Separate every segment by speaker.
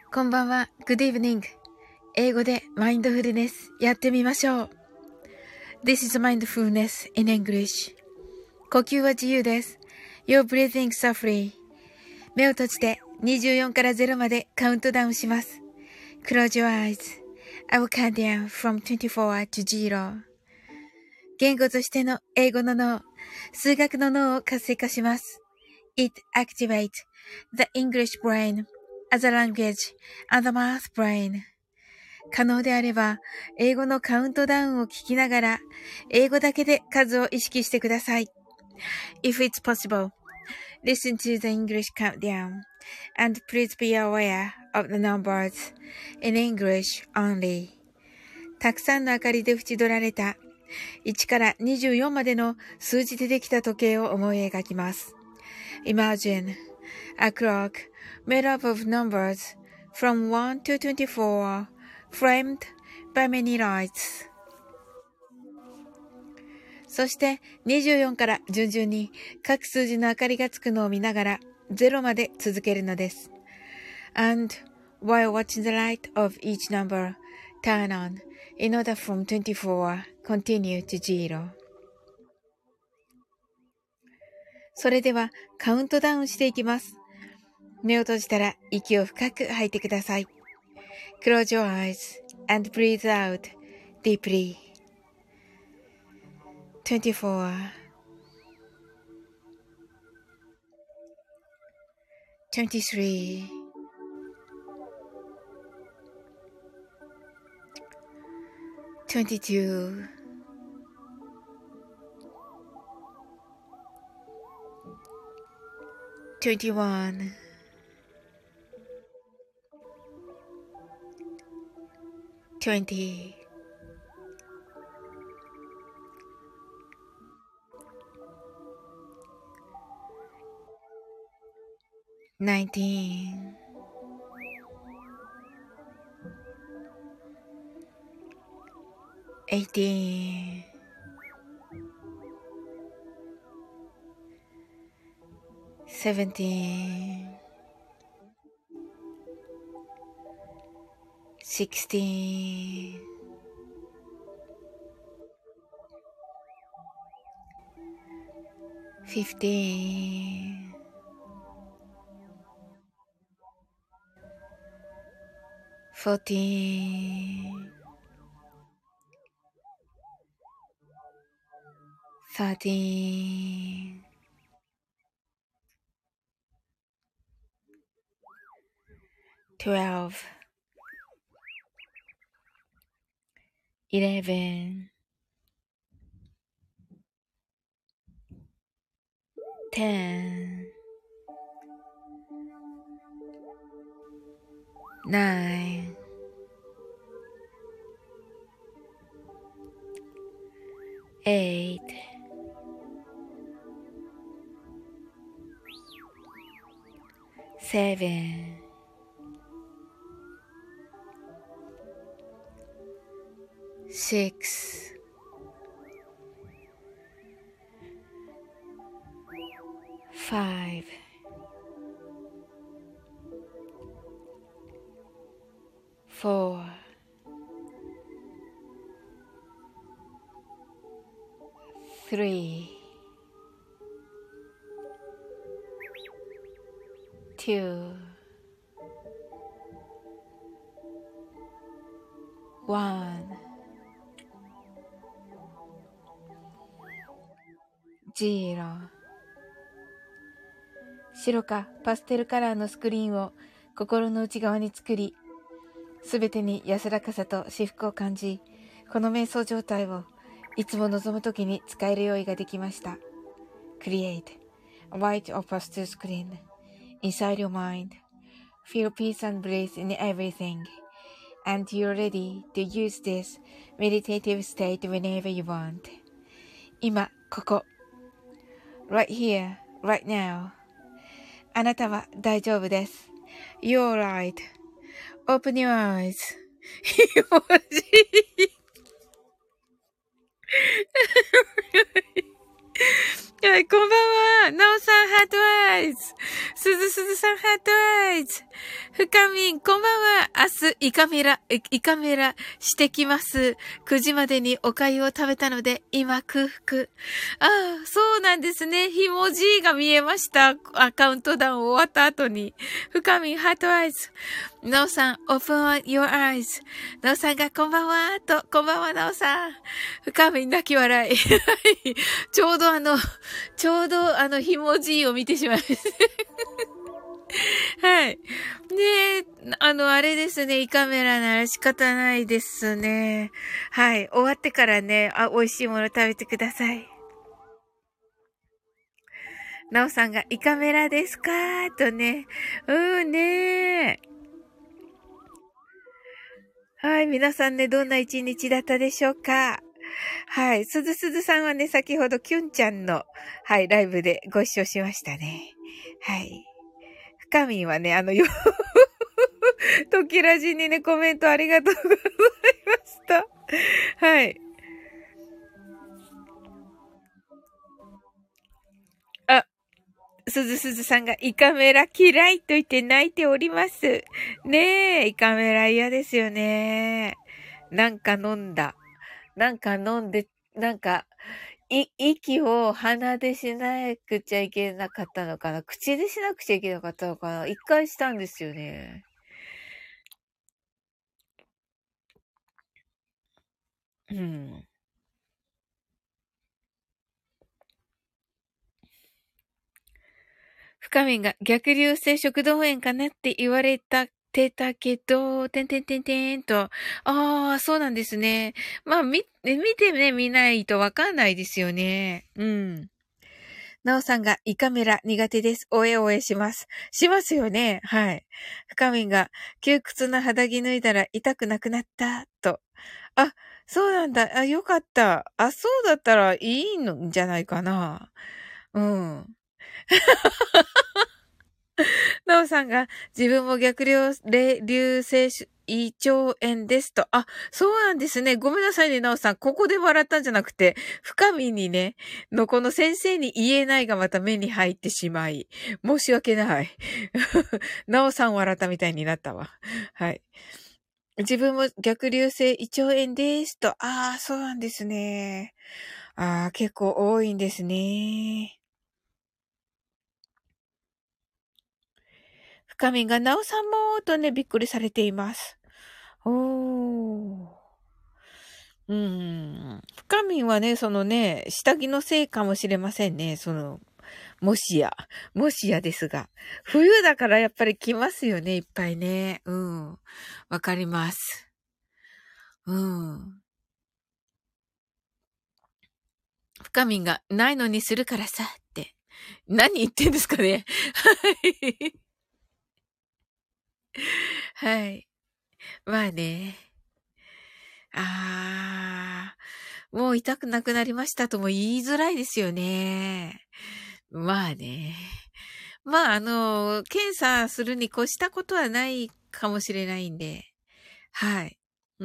Speaker 1: こんばんは。Good evening. 英語でマインドフルネスやってみましょう。This is mindfulness in English. 呼吸は自由です。Your breathing are free. 目を閉じて24から0までカウントダウンします。Close your eyes. I will count down from 24 to 0. 言語としての英語の脳、数学の脳を活性化します。It activates the English brain as a language and the math brain. 可能であれば、英語のカウントダウンを聞きながら、英語だけで数を意識してください。If it's possible, listen to the English countdown, and please be aware of the numbers in English only. たくさんの明かりで縁取られた1から24までの数字でできた時計を思い描きます。Imagine a clock made up of numbers from 1 to 24, framed by many lights. そして24から順々に各数字の明かりがつくのを見ながら0まで続けるのです。And while watching the light of each number turn on in order from 24, continue to 0. それではカウントダウンしていきます。目を閉じたら息を深く吐いてください。Close your eyes and breathe out deeply. 24, 23, 22, 21, 20, 19, 18, 17, 16, 15, 14, 13, 12, 11, 10, 9, 8, 7, 6, 5, 4, 3, 2, 1, 0。白かパステルカラーのスクリーンを心の内側に作り、すべてに安らかさと至福を感じ、この瞑想状態をいつも望むときに使える用意ができました。Create a white or pastel screen inside your mind. Feel peace and bliss in everything. And you're ready to use this meditative state whenever you want. 今、ここ。Right here, right now. あなたは大丈夫です。You're right.Open your eyes. はい、こんばんは。なおさん、ハートアイズ。すずすずさん、ハートアイズ。 深みん、こんばんは。明日、胃カメラしてきます。9時までにお粥を食べたので、今空腹。ああ、そうなんですね。ひもじいが見えました。カウントダウン終わった後に。深みん、ハートアイズ。なおさん、open your eyes。なおさんがこんばんはと、こんばんは、なおさん。深みん、泣き笑い。ちょうどひもじいを見てしまいました。はい。ねえ、あれですね。胃カメラなら仕方ないですね。はい。終わってからね、美味しいもの食べてください。なおさんが胃カメラですかーとね。ねえ。はい。皆さんね、どんな一日だったでしょうか？はい。すずさんはね、先ほどキュンちゃんの、はい、ライブでご一緒しましたね。はい。深みんはね、トキラジにね、コメントありがとうございました。はい。あ、すずさんが胃カメラ嫌いと言って泣いております。ねえ、胃カメラ嫌ですよね。なんか飲んだ。なんか飲んで、なんか、息を鼻でしなくちゃいけなかったのかな。口でしなくちゃいけなかったのかな。一回したんですよね。うん。深みんが逆流性食道炎かなって言われてたけど、てんてんてんてんと。ああ、そうなんですね。まあ、見てね、見ないとわかんないですよね。うん。なおさんが胃カメラ苦手です。おえおえします。しますよね。はい。深みんが窮屈な肌着脱いだら痛くなくなった。と。あ、そうなんだ。あ、よかった。あ、そうだったらいいのんじゃないかな。うん。なおさんが自分も逆流性胃腸炎ですと。あ、そうなんですね。ごめんなさいね、なおさん。ここで笑ったんじゃなくて、深みにね、この先生に言えないがまた目に入ってしまい、申し訳ない。なおさん笑ったみたいになったわ。はい。自分も逆流性胃腸炎ですと。ああ、そうなんですね。ああ、結構多いんですね。深みがなおさんもとね、びっくりされています。おー。深みはね、そのね、下着のせいかもしれませんね。もしやですが。冬だからやっぱり来ますよね、いっぱいね。うん。わかります。うん。深みがないのにするからさ、って。何言ってんですかね。はい。はい。まあね。もう痛くなくなりましたとも言いづらいですよね。まあね。まあ、検査するに越したことはないかもしれないんで。はい。うん。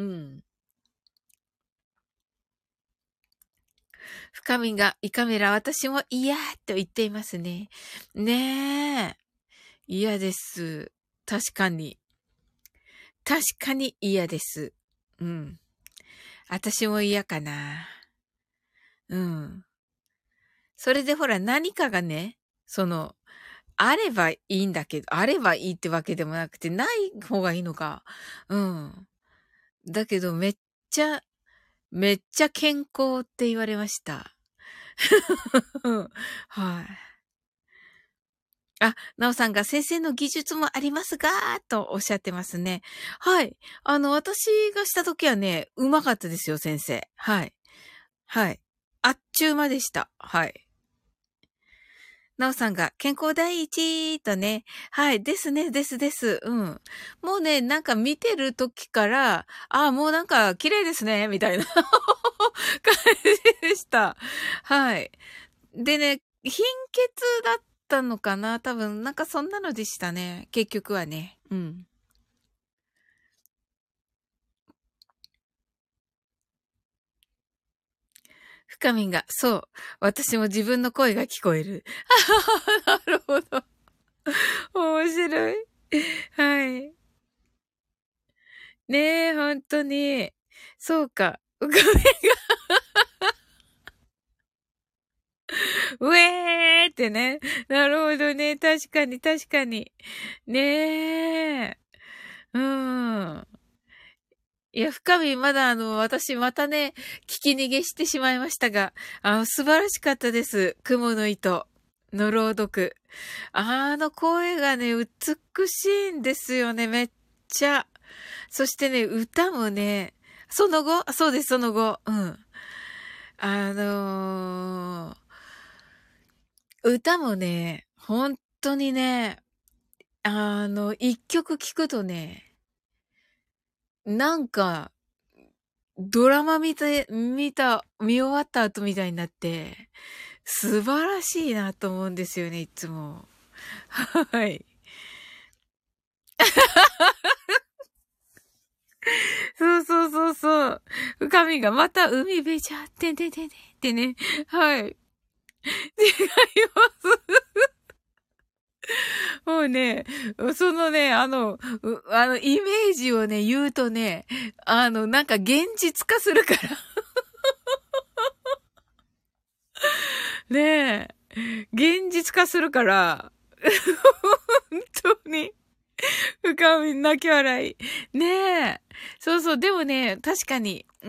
Speaker 1: 深みが胃カメラ私も嫌と言っていますね。ねえ。嫌です。確かに。確かに嫌です。うん。私も嫌かな。うん。それでほら何かがね、あればいいんだけど、あればいいってわけでもなくて、ない方がいいのか。うん。だけどめっちゃ健康って言われました。はい。あ、なおさんが先生の技術もありますが、とおっしゃってますね。はい。私がした時はね、うまかったですよ、先生。はい。はい。あっちゅう間でした。はい。なおさんが健康第一とね。はい。ですね。です。うん。もうね、なんか見てる時から、もうなんか綺麗ですね。みたいな感じでした。はい。でね、貧血だったのかな多分、なんかそんなのでしたね。結局はね。うん。深みが、そう。私も自分の声が聞こえる。なるほど。面白い。 はい。ねえ、ほんとに。そうか。うかめが、うえーってね。なるほどね。確かに、確かに。ねえ。うん。いや、深み、まだ私またね、聞き逃げしてしまいましたが、素晴らしかったです。雲の糸の朗読。あの声がね、美しいんですよね、めっちゃ。そしてね、歌もね、その後、そうです、その後、うん。歌もね、本当にね、一曲聴くとね、なんか、ドラマ見終わった後みたいになって、素晴らしいなと思うんですよね、いつも。はい。そうそうそうそう。深みがまた海辺じゃってんてんてんてんってね。はい。違います。もうね、そのね、イメージをね、言うとね、なんか現実化するから。ねえ。現実化するから、本当に。深み泣き笑い。ねえ。そうそう。でもね、確かに、うん。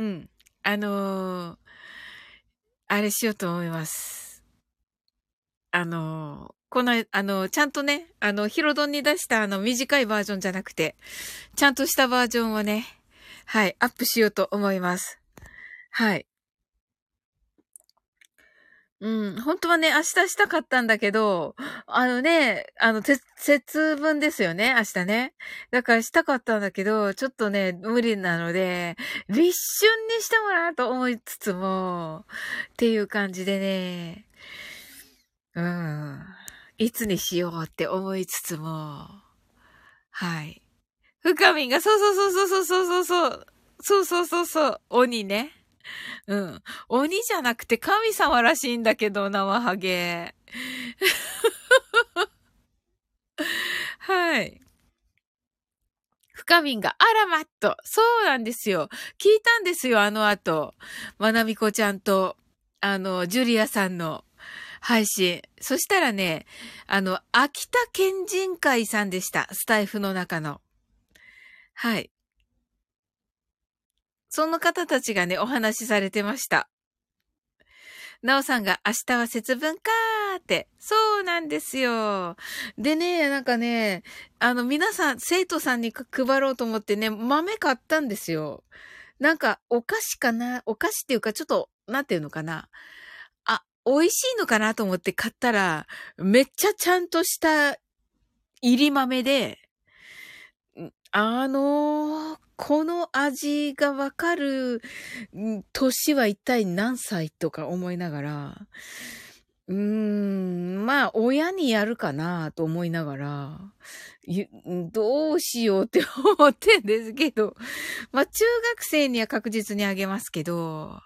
Speaker 1: あれしようと思います。ちゃんとね、ヒロドンに出した短いバージョンじゃなくて、ちゃんとしたバージョンをね、はい、アップしようと思います。はい。うん、本当はね、明日したかったんだけど、節分ですよね、明日ね。だからしたかったんだけど、ちょっとね、無理なので、立春にしてもらうと思いつつも、っていう感じでね、うん、いつにしようって思いつつも、はい。深みが、そうそうそうそうそうそうそう、そうそうそうそう、鬼ね。うん。鬼じゃなくて神様らしいんだけど、生ハゲ。はい。深みんが、あらまっと。そうなんですよ。聞いたんですよ、あの後。まなみこちゃんと、ジュリアさんの配信。そしたらね、秋田県人会さんでした。スタイフの中の。はい。その方たちがね、お話しされてました。なおさんが明日は節分かーって。そうなんですよ。でね、なんかね、皆さん、生徒さんに配ろうと思ってね、豆買ったんですよ。なんか、お菓子かなお菓子っていうか、ちょっと、なんていうのかな美味しいのかなと思って買ったら、めっちゃちゃんとした入り豆で、この味がわかる、年は一体何歳とか思いながら、まあ、親にやるかなと思いながら、どうしようって思ってんですけど、まあ、中学生には確実にあげますけど、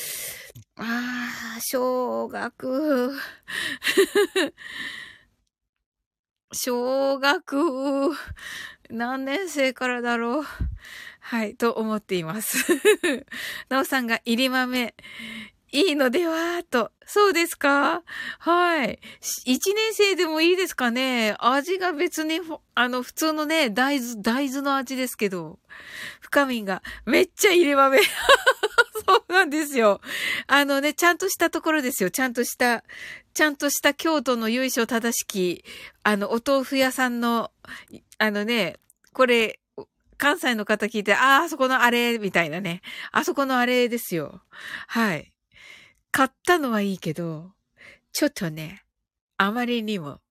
Speaker 1: 小学、何年生からだろう。はい、と思っています。なおさんが入り豆、いいのではと。そうですか？はい。一年生でもいいですかね？味が別に、普通のね、大豆の味ですけど。深みんが、めっちゃ入り豆。そうなんですよ。ちゃんとしたところですよ。ちゃんとした京都の由緒正しき、お豆腐屋さんの、これ、関西の方聞いて、あそこのあれ、みたいなね。あそこのあれですよ。はい。買ったのはいいけど、ちょっとね、あまりにも、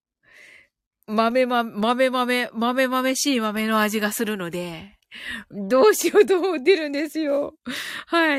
Speaker 1: 豆豆しい豆の味がするので、どうしようと思ってるんですよ。はい。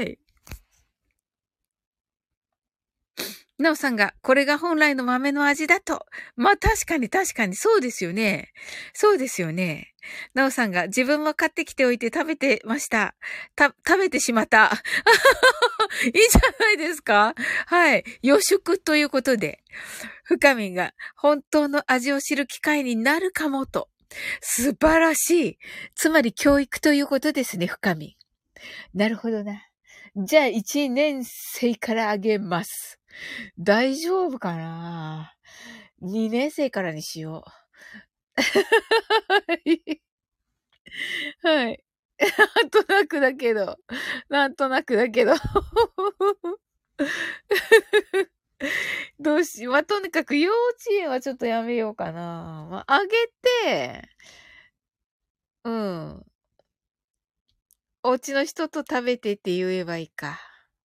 Speaker 1: なおさんが、これが本来の豆の味だと。まあ確かに、そうですよね。そうですよね。なおさんが、自分は買ってきておいて食べてました。食べてしまった。いいじゃないですか？はい。予祝ということで。深みが、本当の味を知る機会になるかもと。 素晴らしい。つまり教育ということですね、深み。なるほどな。じゃあ、1年生からあげます。大丈夫かな？ 2 年生からにしよう。はい。はい。なんとなくだけど。なんとなくだけど。まあ、とにかく幼稚園はちょっとやめようかな。まあ、あげて、うん。お家の人と食べてって言えばいいか。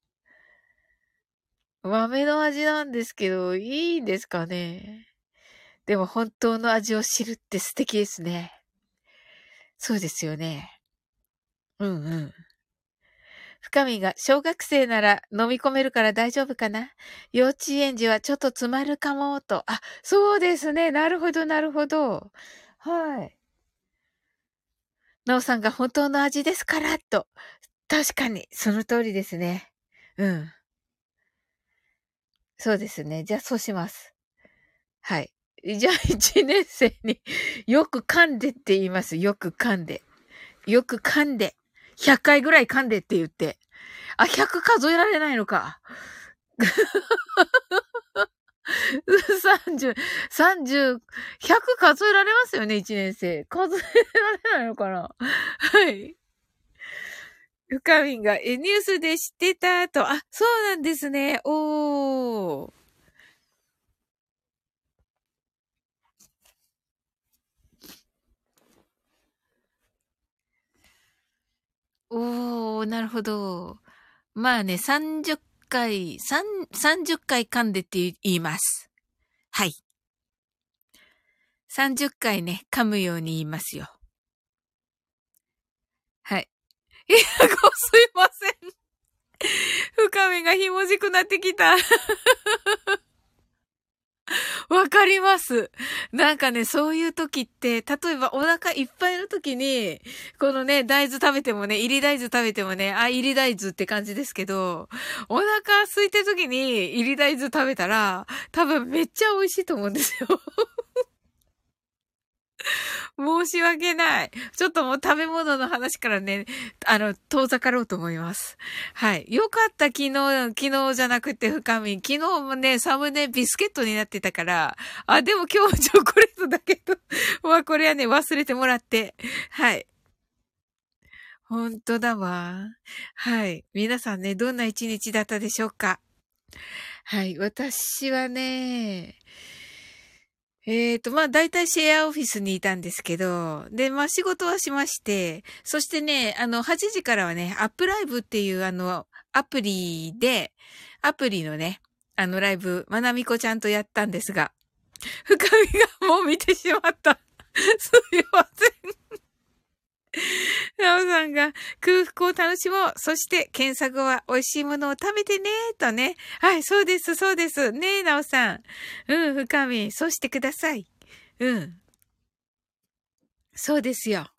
Speaker 1: 豆の味なんですけど、いいんですかね。でも本当の味を知るって素敵ですね。そうですよね。うんうん。深みが小学生なら飲み込めるから大丈夫かな？幼稚園児はちょっと詰まるかもと。あ、そうですね。なるほど、なるほど。はい。なおさんが本当の味ですからと。確かに、その通りですね。うん。そうですね。じゃあそうします。はい。じゃあ一年生によく噛んでって言います。よく噛んで。よく噛んで。100回ぐらい噛んでって言って。あ、100数えられないのか。30、30、100数えられますよね、1年生。数えられないのかな。はい。深みんが、ニュースで知ってたと。あ、そうなんですね。おー。おー、なるほど。まあね、30回、30回噛んでって言います。はい。30回ね、噛むように言いますよ。はい。いや、すいません。深みがひもじくなってきた。わかります。なんかね、そういう時って、例えばお腹いっぱいの時に、このね、大豆食べてもね、入り大豆食べてもね、あ、入り大豆って感じですけど、お腹空いてる時に入り大豆食べたら、多分めっちゃ美味しいと思うんですよ。申し訳ない。ちょっともう食べ物の話からね、遠ざかろうと思います。はい。よかった、昨日じゃなくて深み。昨日もね、サムネビスケットになってたから、あ、でも今日チョコレートだけど、まあこれはね、忘れてもらって。はい。本当だわ。はい。皆さんね、どんな一日だったでしょうか？はい。私はね、まあ、大体シェアオフィスにいたんですけど、で、まあ、仕事はしまして、そしてね、8時からはね、アップライブっていうアプリのね、ライブ、まなみこちゃんとやったんですが、深みがもう見てしまった。すいません。なおさんが空腹を楽しもう。そして検索は美味しいものを食べてね、とね。はい、そうです、そうです。ねえ、なおさん。うん、深み、そうしてください。うん。そうですよ。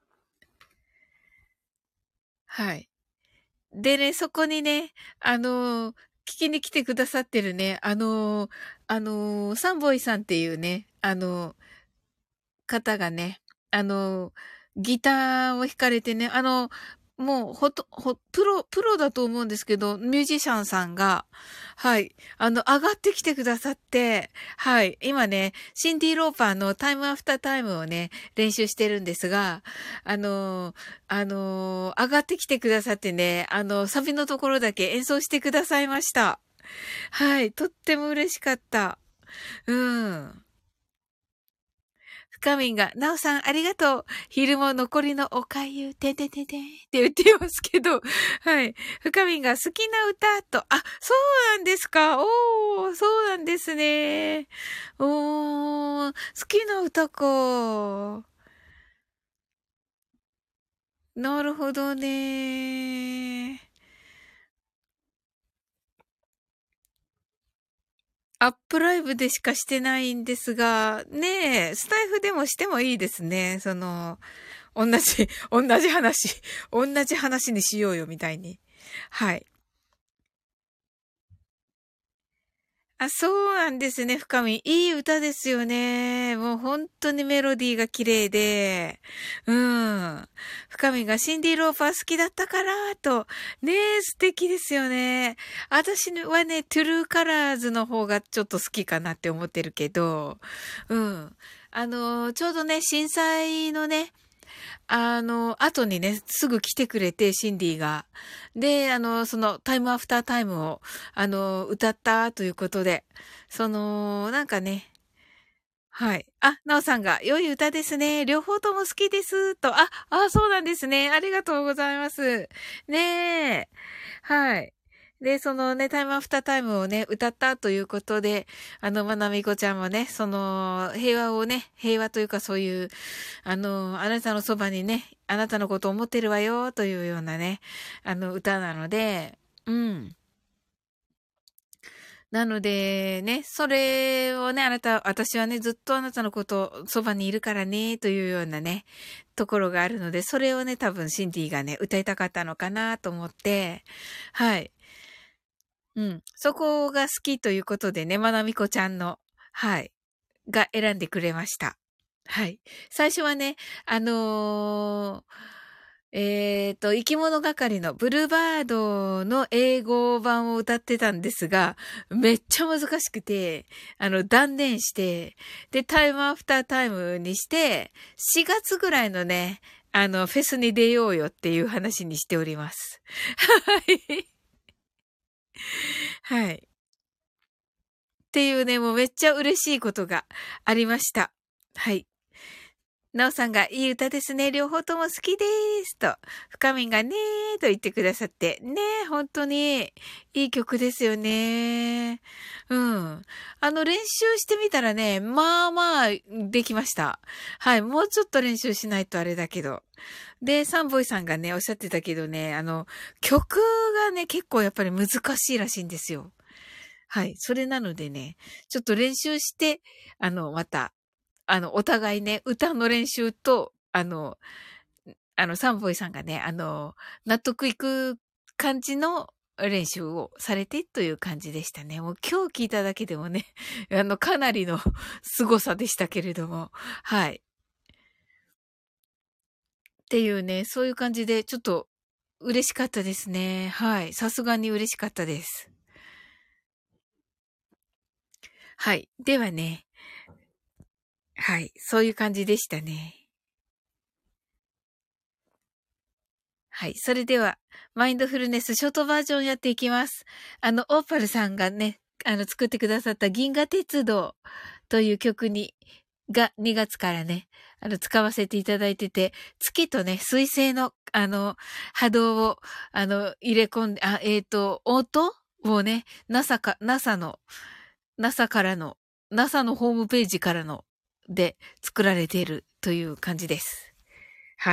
Speaker 1: はい。でね、そこにね、聞きに来てくださってるね、サンボイさんっていうね、方がね、あの、ギターを弾かれてね、もう、プロだと思うんですけど、ミュージシャンさんが、はい、上がってきてくださって、はい、今ね、シンディ・ローパーのタイムアフタータイムをね、練習してるんですが、上がってきてくださってね、サビのところだけ演奏してくださいました。はい、とっても嬉しかった。うん。深みんが、なおさんありがとう。昼も残りのおかゆ、てんてんてんてんって言ってますけど、はい。深みんが好きな歌と、あ、そうなんですか。おー、そうなんですね。おー、好きな歌か。なるほどね。アップライブでしかしてないんですが、ねえ、スタイフでもしてもいいですね。同じ話にしようよ、みたいに。はい。 あ、そうなんですね、深み。いい歌ですよね。もう本当にメロディーが綺麗で。うん。深みがシンディ・ローパー好きだったから、と。ねえ、素敵ですよね。私はね、トゥルーカラーズの方がちょっと好きかなって思ってるけど。うん。ちょうどね、震災のね、後にね、すぐ来てくれて、シンディが。で、その、タイムアフタータイムを、歌ったということで、なんかね、はい。あ、なおさんが、良い歌ですね。両方とも好きです。と、そうなんですね。ありがとうございます。ねえ。はい。で、そのね、タイムアフタータイムをね、歌ったということで、まなみこちゃんもね、平和をね、平和というかそういう、あなたのそばにね、あなたのことを思ってるわよ、というようなね、歌なので、うん。なので、ね、それをね、私はね、ずっとあなたのことそばにいるからね、というようなね、ところがあるので、それをね、多分シンディがね、歌いたかったのかなと思って、はい。うん。そこが好きということでね、まなみこちゃんの、はい、が選んでくれました。はい。最初はね、あの生き物係のブルーバードの英語版を歌ってたんですが、めっちゃ難しくて、断念して、で、タイムアフタータイムにして、4月ぐらいのね、フェスに出ようよっていう話にしております。はい。はい。っていうね、もうめっちゃ嬉しいことがありました。はい。なおさんがいい歌ですね。両方とも好きです。と、深みんがねーと言ってくださって。ねー、本当にいい曲ですよね。うん。練習してみたらね、まあまあ、できました。はい。もうちょっと練習しないとあれだけど。で、サンボイさんがね、おっしゃってたけどね、曲がね、結構やっぱり難しいらしいんですよ。はい。それなのでね、ちょっと練習して、また、お互いね、歌の練習と、サンボイさんがね、納得いく感じの練習をされてという感じでしたね。もう今日聞いただけでもね、かなりの凄さでしたけれども、はい。っていうね、そういう感じで、ちょっと嬉しかったですね。はい。さすがに嬉しかったです。はい。ではね、はい。そういう感じでしたね。はい。それでは、マインドフルネスショートバージョンやっていきます。オーパルさんがね、作ってくださった銀河鉄道という曲が2月からね、使わせていただいてて、月とね、水星の、波動を、入れ込んで、音をね、NASA のホームページからの、で作られているという感じです。はい。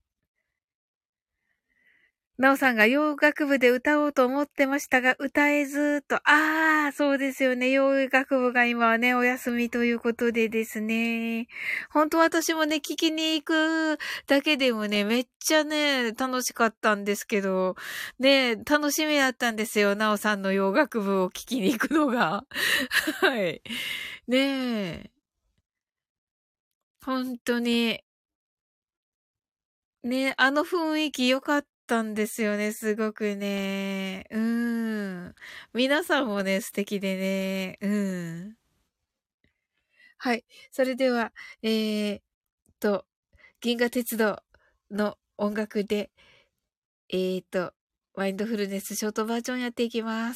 Speaker 1: なおさんが洋楽部で歌おうと思ってましたが、歌えずと。そうですよね。洋楽部が今はね、お休みということでですね。本当私もね、聞きに行くだけでもね、めっちゃね、楽しかったんですけど、ね、楽しみだったんですよ。なおさんの洋楽部を聞きに行くのが。はい。ねえ。本当に。ね、あの雰囲気良かったんですよね、すごくね。うん。皆さんもね、素敵でね。うん。はい。それでは、ーっと、銀河鉄道の音楽で、マインドフルネスショートバージョンやっていきます。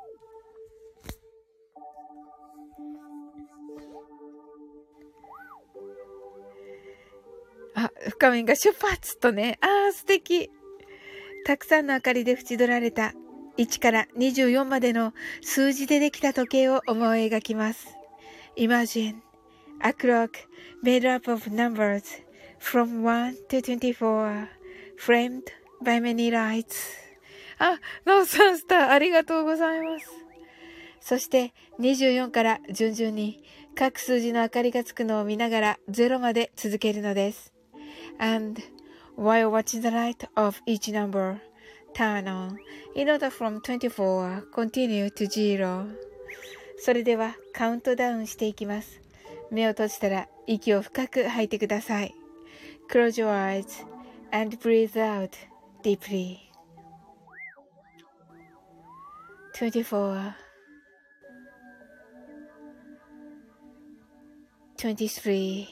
Speaker 1: 深みんが出発とね。素敵。たくさんの明かりで縁取られた1から24までの数字でできた時計を思い描きます。Imagine a clock made up of numbers from 1 to 24 framed by many lights. なおさんスターありがとうございます。そして24から順々に各数字の明かりがつくのを見ながら0まで続けるのです。And while watching the light of each number turn on in order from 24 continue to 0. それではカウントダウンしていきます。目を閉じたら息を深く吐いてください。Close your eyes and breathe out deeply. 24 23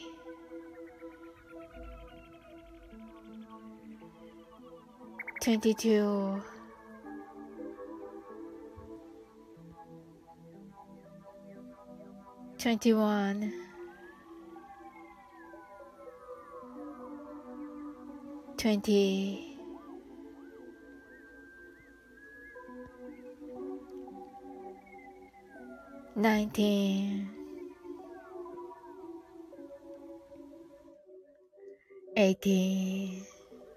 Speaker 1: 22 21 20 19 18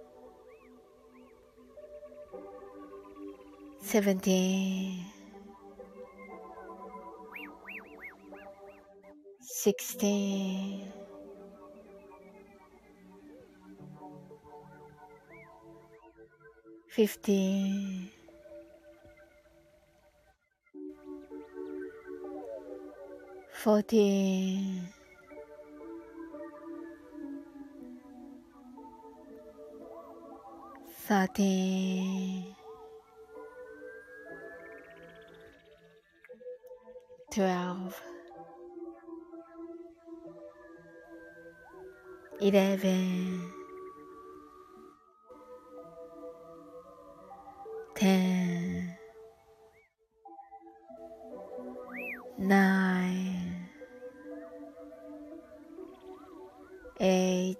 Speaker 1: 17 16 15 14 13 12 11 10 9 8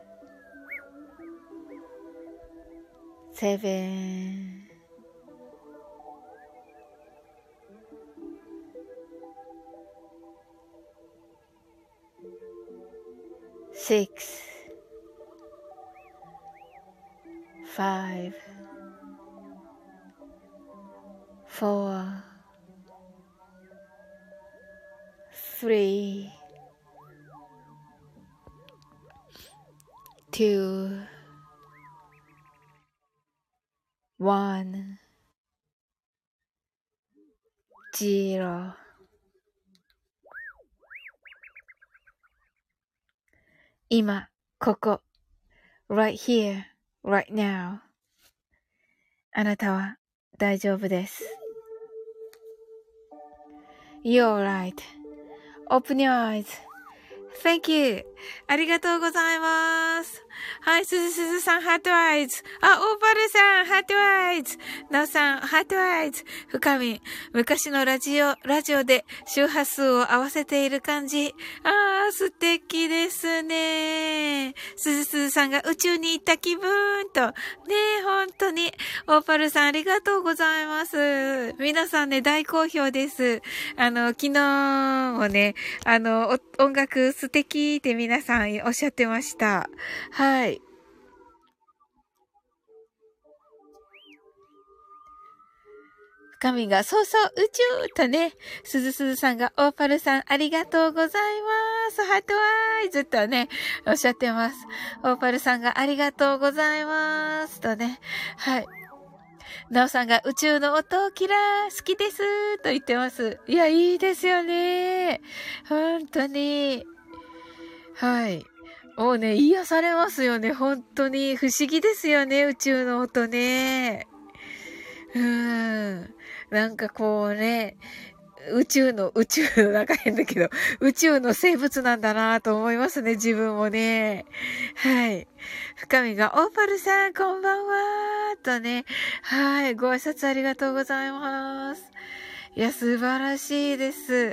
Speaker 1: 7 6 5 4 3 2 1 0。今、ここ、right here, right now。あなたは大丈夫です。You're right.Open your eyes.Thank you. ありがとうございます。はい、すずさん、ハートアイズ。あ、オーパルさん、ハートアイズ。なおさん、ハートアイズ。深み、昔のラジオで周波数を合わせている感じ。素敵ですね。すずさんが宇宙に行った気分と。ねえ、本当に。オーパルさん、ありがとうございます。皆さんね、大好評です。昨日もね、音楽素敵って皆さんおっしゃってました。はい。深みが、そうそう、宇宙とね、すずさんが、オーパルさん、ありがとうございます。ハートアイズとね、おっしゃってます。オーパルさんが、ありがとうございます。とね、はい。なおさんが、宇宙の音、キラー、好きです。と言ってます。いや、いいですよね。本当に。はい。もうね、癒されますよね。本当に。不思議ですよね。宇宙の音ね。なんかこうね、宇宙のなんか変だけど、宇宙の生物なんだなと思いますね。自分もね。はい。深みが、オーパルさん、こんばんはとね。はい。ご挨拶ありがとうございます。いや、素晴らしいです。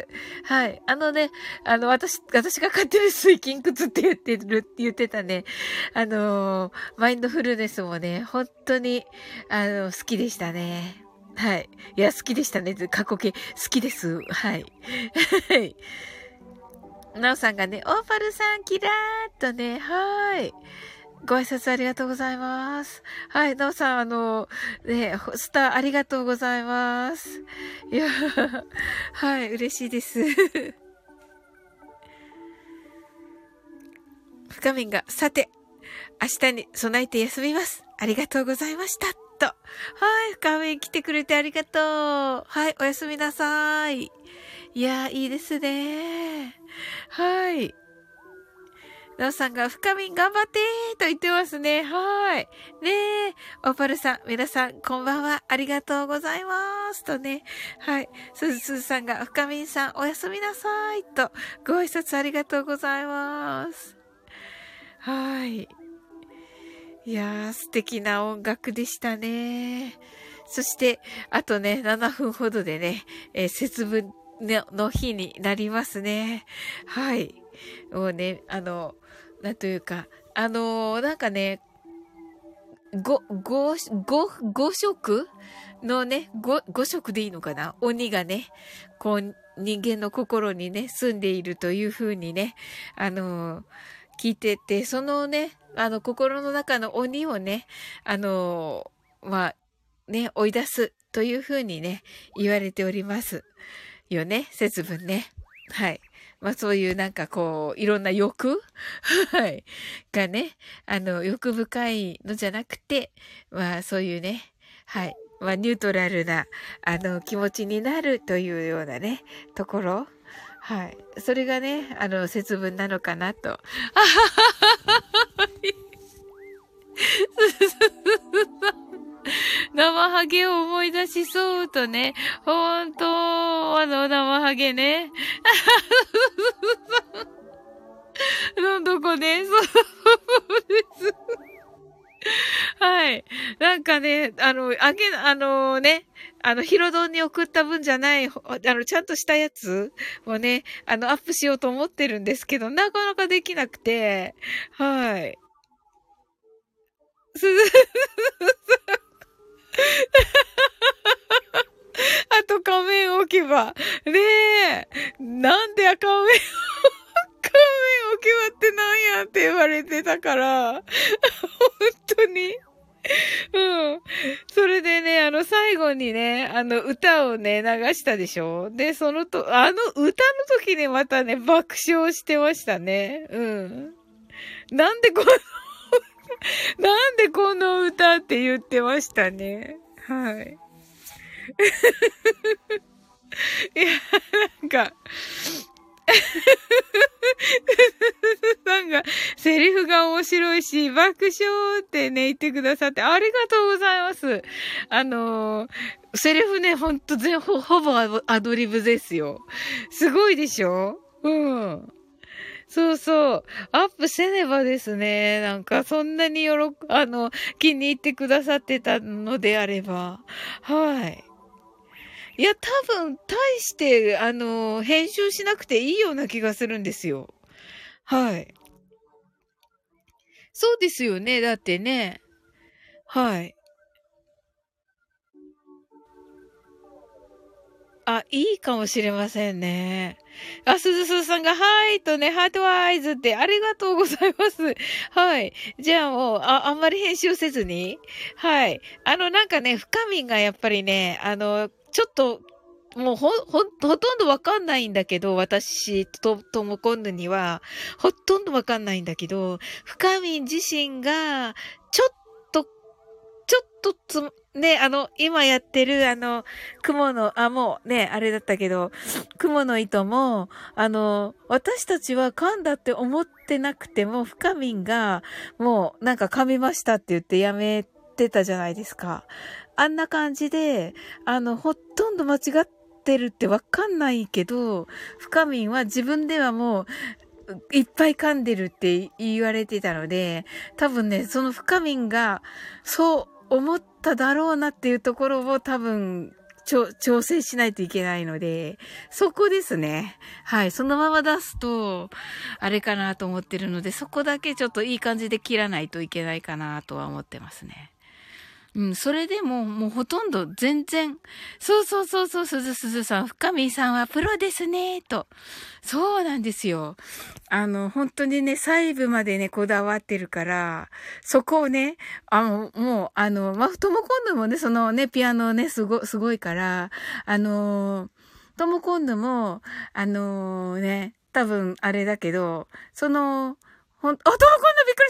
Speaker 1: はい。私が飼ってる水筋窟って言ってたね。マインドフルネスもね、本当に、好きでしたね。はい。いや、好きでしたね。過去形、好きです。はい。はい。なおさんがね、オーパルさん、キラーっとね、はい。ご挨拶ありがとうございます。はい、なおさん、ね、スターありがとうございます。いや、はい、嬉しいです。深みんが、さて、明日に備えて休みます。ありがとうございました。と。はい、深みん来てくれてありがとう。はい、おやすみなさい。いいやー、いいですね。はい。なおさんが、深み頑張ってーと言ってますね。はい。ねえ。オパルさん、皆さん、こんばんは。ありがとうございます。とね。はい。すずさんが、深みさん、おやすみなさい。と、ご挨拶ありがとうございます。はい。いやー、素敵な音楽でしたね。そして、あとね、7分ほどでね、節分の日になりますね。はい。もうね、なんというか、なんかね、五色のね、五色でいいのかな、鬼がね、こう、人間の心にね、住んでいるというふうにね、聞いてて、そのね、心の中の鬼をね、まあ、ね、追い出すというふうにね、言われておりますよね、節分ね。はい。まあそういうなんかこう、いろんな欲はい。がね、欲深いのじゃなくて、まあそういうね、はい。まあニュートラルな、気持ちになるというようなね、ところ。はい。それがね、節分なのかなと。あはははは生ハゲを思い出しそうとね。ほんと、生ハゲね。なんだかね、そうです。はい。なんかね、ヒロドンに送った分じゃない、ちゃんとしたやつをね、アップしようと思ってるんですけど、なかなかできなくて、はい。すあと仮面置き場。ねえ。なんで仮面置き場ってなんやって言われてたから、本当に。うん。それでね、最後にね、歌をね、流したでしょ。で、歌の時にまたね、爆笑してましたね。うん。なんでこのなんでこの歌って言ってましたね。はい。いや、なんか、なんか、セリフが面白いし、爆笑ってね、言ってくださってありがとうございます。セリフね、ほぼアドリブですよ。すごいでしょ？うん。そうそう。アップせねばですね。なんか、そんなに気に入ってくださってたのであれば。はい。いや、多分、大して、編集しなくていいような気がするんですよ。はい。そうですよね。だってね。はい。あ、いいかもしれませんね。あ、すずさんが、はいとね、ハートワイズって、ありがとうございます。はい。じゃあもう、あんまり編集せずに。はい。なんかね、深みがやっぱりね、ちょっと、もうほとんどわかんないんだけど、私ともこんぬには、ほとんどわかんないんだけど、深み自身が、ちょっとね、今やってる、もうね、あれだったけど、雲の糸も、私たちは噛んだって思ってなくても、深みんが、もう、なんか噛みましたって言ってやめてたじゃないですか。あんな感じで、ほとんど間違ってるってわかんないけど、深みんは自分ではもう、いっぱい噛んでるって言われてたので、多分ね、その深みんが、そう思っただろうなっていうところを多分、調整しないといけないので、そこですね。はい。そのまま出すと、あれかなと思ってるので、そこだけちょっといい感じで切らないといけないかなとは思ってますね。うん、それでも、もうほとんど全然、そう、すずさん、深見さんはプロですね、と。そうなんですよ。本当にね、細部までね、こだわってるから、そこをね、もう、とも今度もね、そのね、ピアノね、すごいから、とも今度も、ね、多分、あれだけど、とも今度びっくり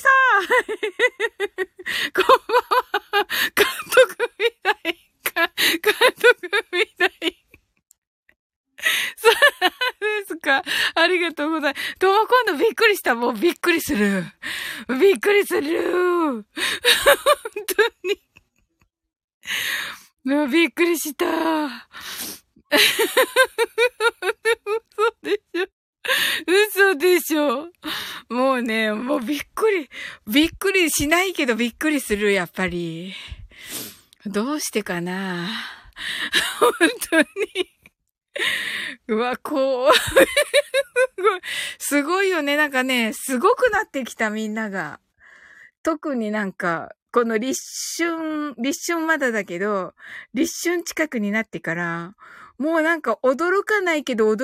Speaker 1: したこんばんは監督みたい。監督みたい。 くりした。もうびっくりする。びっくりする。本当に。もうびっくりした。嘘でしょ。嘘でしょ。もうね、もうびっくりしないけどびっくりする、やっぱり。どうしてかな。本当に。うわ、すごいよね。なんかね、すごくなってきた、みんなが。特になんか、この立春まだだけど、立春近くになってから、もうなんか驚かないけど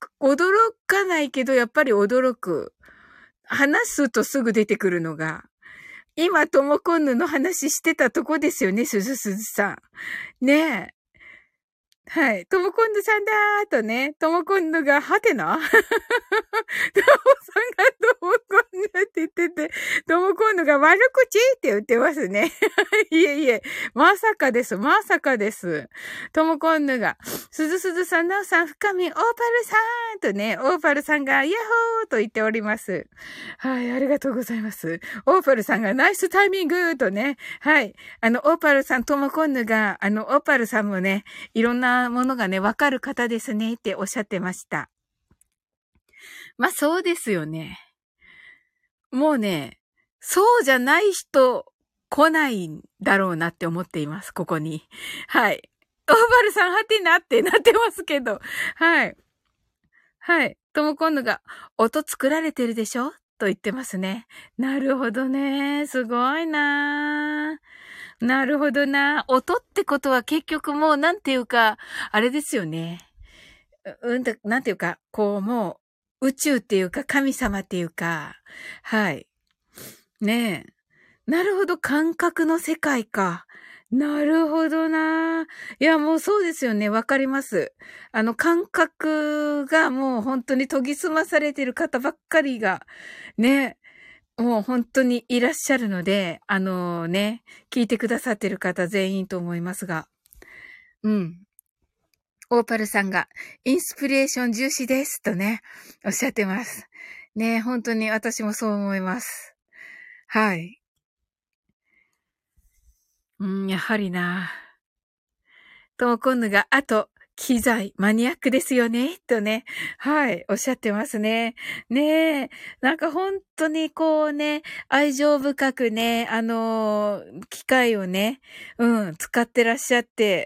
Speaker 1: やっぱり驚く。話すとすぐ出てくるのが。今、ともこんぬの話してたとこですよね、すずさん。ねえ。はい。ともこんぬさんだーとね、ともこんぬが、はてなともさんがともこんぬって言ってて、ともこんぬが悪口って言ってますね。いえいえ、まさかです。ともこんぬが、すずさん、なおさん、深み、オーパルさんとね、オーパルさんが、ヤッホーと言っております。はい、ありがとうございます。オーパルさんが、ナイスタイミングとね、はい。オーパルさん、ともこんぬが、オーパルさんもね、いろんなものがね、わかる方ですねっておっしゃってました。まあ、そうですよね。もうね、そうじゃない人来ないんだろうなって思っています、ここに。はい。オーバルさんはてなってなってますけど。はい。はい。とも今度が、音作られてるでしょと言ってますね。なるほどね。すごいななるほどな。音ってことは結局もうなんていうか、あれですよね。なんていうか、こうもう宇宙っていうか神様っていうか、はい。ねえ。なるほど、感覚の世界か。なるほどな。いや、もうそうですよね。わかります。感覚がもう本当に研ぎ澄まされている方ばっかりが、ね、もう本当にいらっしゃるので、聞いてくださってる方全員と思いますが。うん。オーパルさんが、インスピレーション重視ですとね、おっしゃってます。ね、本当に私もそう思います。はい。やはりな。ともこんぬが、あと、機材、マニアックですよね、とね。はい、おっしゃってますね。ねえ。なんか本当にこうね、愛情深くね、機械をね、使ってらっしゃって、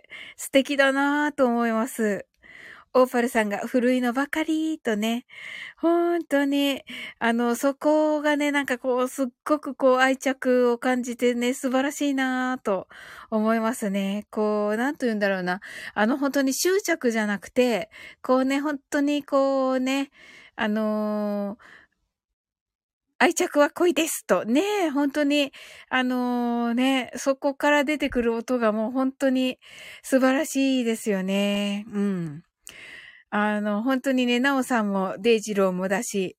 Speaker 1: 素敵だなぁと思います。オーパルさんが古いのばかりとね、本当に、そこがね、なんかこう、すっごくこう愛着を感じてね、素晴らしいなぁと思いますね。こう、なんと言うんだろうな。本当に執着じゃなくて、こうね、本当にこうね、あのー愛着は濃いですと。ね、本当に、そこから出てくる音がもう本当に素晴らしいですよね。うん。本当にね、なおさんも、デイジローもだし、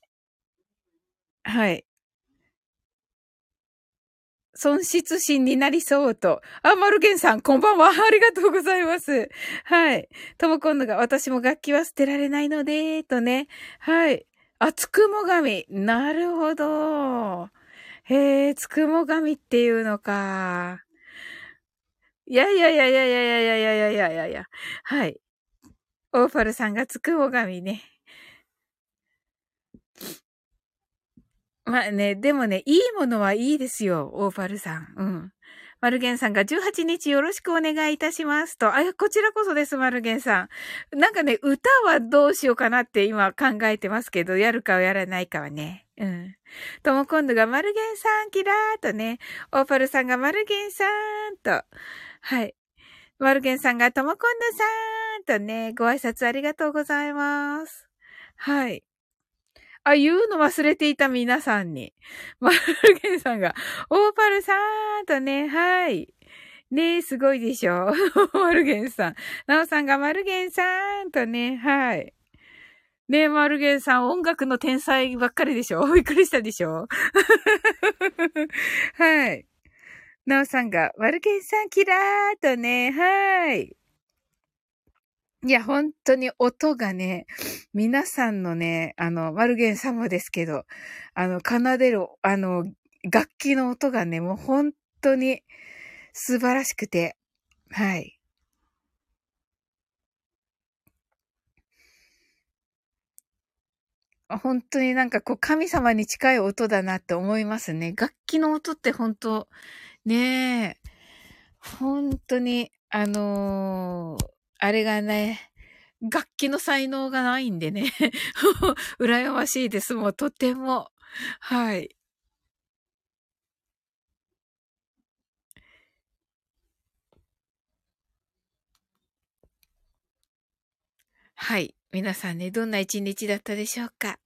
Speaker 1: はい。損失心になりそうと。あ、マルゲンさん、こんばんは。ありがとうございます。はい。とも今度が、私も楽器は捨てられないので、とね。はい。あ、つくも神。なるほど。へえ、つくも神っていうのか。いやいやいやいやいやいやいやいやいやいやいやいや。はい。オーファルさんがつくも神ね。まあね、でもね、いいものはいいですよ、オーパルさん。うん。マルゲンさんが18日よろしくお願いいたしますと。あ、こちらこそです、マルゲンさん。なんかね、歌はどうしようかなって今考えてますけど、やるかやらないかはね。うん。とも今度がマルゲンさんキラーとね、オーパルさんがマルゲンさんと。はい。マルゲンさんがとも今度さんとね、ご挨拶ありがとうございます。はい。あ、言うの忘れていた皆さんに。マルゲンさんが、オーパルさんとね、はい。ねえ、すごいでしょ。マルゲンさん。ナオさんがマルゲンさんとね、はい。ねえ、マルゲンさん、音楽の天才ばっかりでしょ。びっくりしたでしょ。はい。ナオさんが、マルゲンさんキラーとね、はい。 いや、本当に音がね、皆さんのね、マルゲン様ですけど、奏でる、楽器の音がね、もう本当に素晴らしくて、はい。本当になんかこう、神様に近い音だなって思いますね。楽器の音って本当、ねえ、本当に、あれがね、楽器の才能がないんでね、羨ましいです。もうとても。はい。はい。皆さんね、どんな一日だったでしょうか。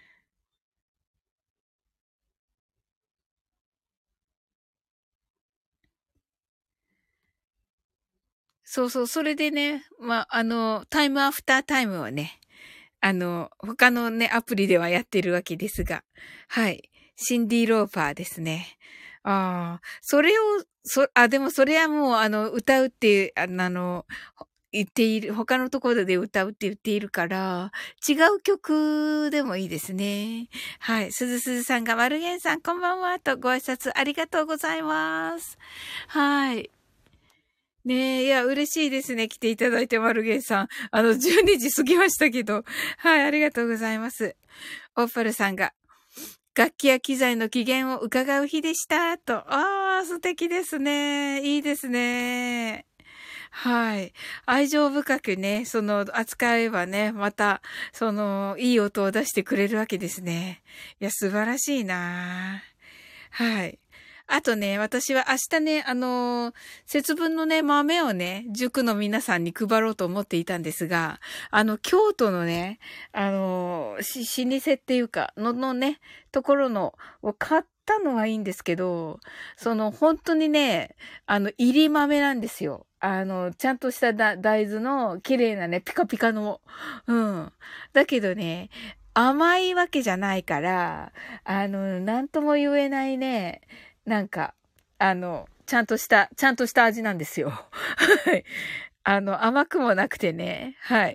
Speaker 1: そうそう、それでね、タイムアフタータイムをね、他のね、アプリではやってるわけですが、はい。シンディ・ローパーですね。ああ、それを、でもそれはもう、歌うっていう、言っている、他のところで歌うって言っているから、違う曲でもいいですね。はい。すずさんが、マルゲンさん、こんばんは、とご挨拶ありがとうございます。はい。ねえ、いや、嬉しいですね。来ていただいて、マルゲンさん。12時過ぎましたけど。はい、ありがとうございます。オーパルさんが、楽器や機材の起源を伺う日でした。と。ああ、素敵ですね。いいですね。はい。愛情深くね、扱えばね、また、いい音を出してくれるわけですね。いや、素晴らしいな。はい。あとね、私は明日ね、節分のね、豆をね、塾の皆さんに配ろうと思っていたんですが、京都のね、老舗っていうか、のね、ところの、を買ったのはいいんですけど、本当にね、入り豆なんですよ。ちゃんとした大豆の綺麗なね、ピカピカの。うん。だけどね、甘いわけじゃないから、なんとも言えないね、なんか、ちゃんとした味なんですよ。はい。甘くもなくてね。はい。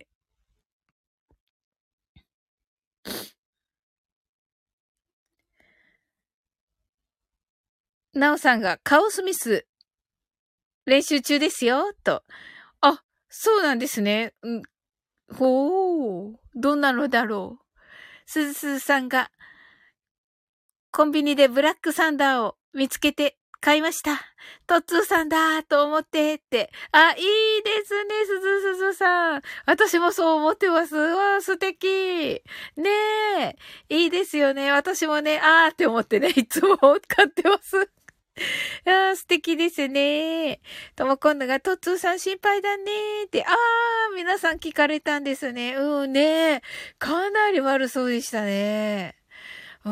Speaker 1: なおさんが、カオスミス練習中ですよ、と。あ、そうなんですね。うん、ほー。どんなのだろう。すずさんが、コンビニでブラックサンダーを見つけて買いました。トッツーさんだと思ってって。あ、いいですね、すずさん。私もそう思ってます。わあ、素敵。ねえ。いいですよね。私もね、あーって思ってね、いつも買ってます。あー、素敵ですね。とも今度がトッツーさん心配だねって。あー、皆さん聞かれたんですね。うんね。かなり悪そうでしたね。うん。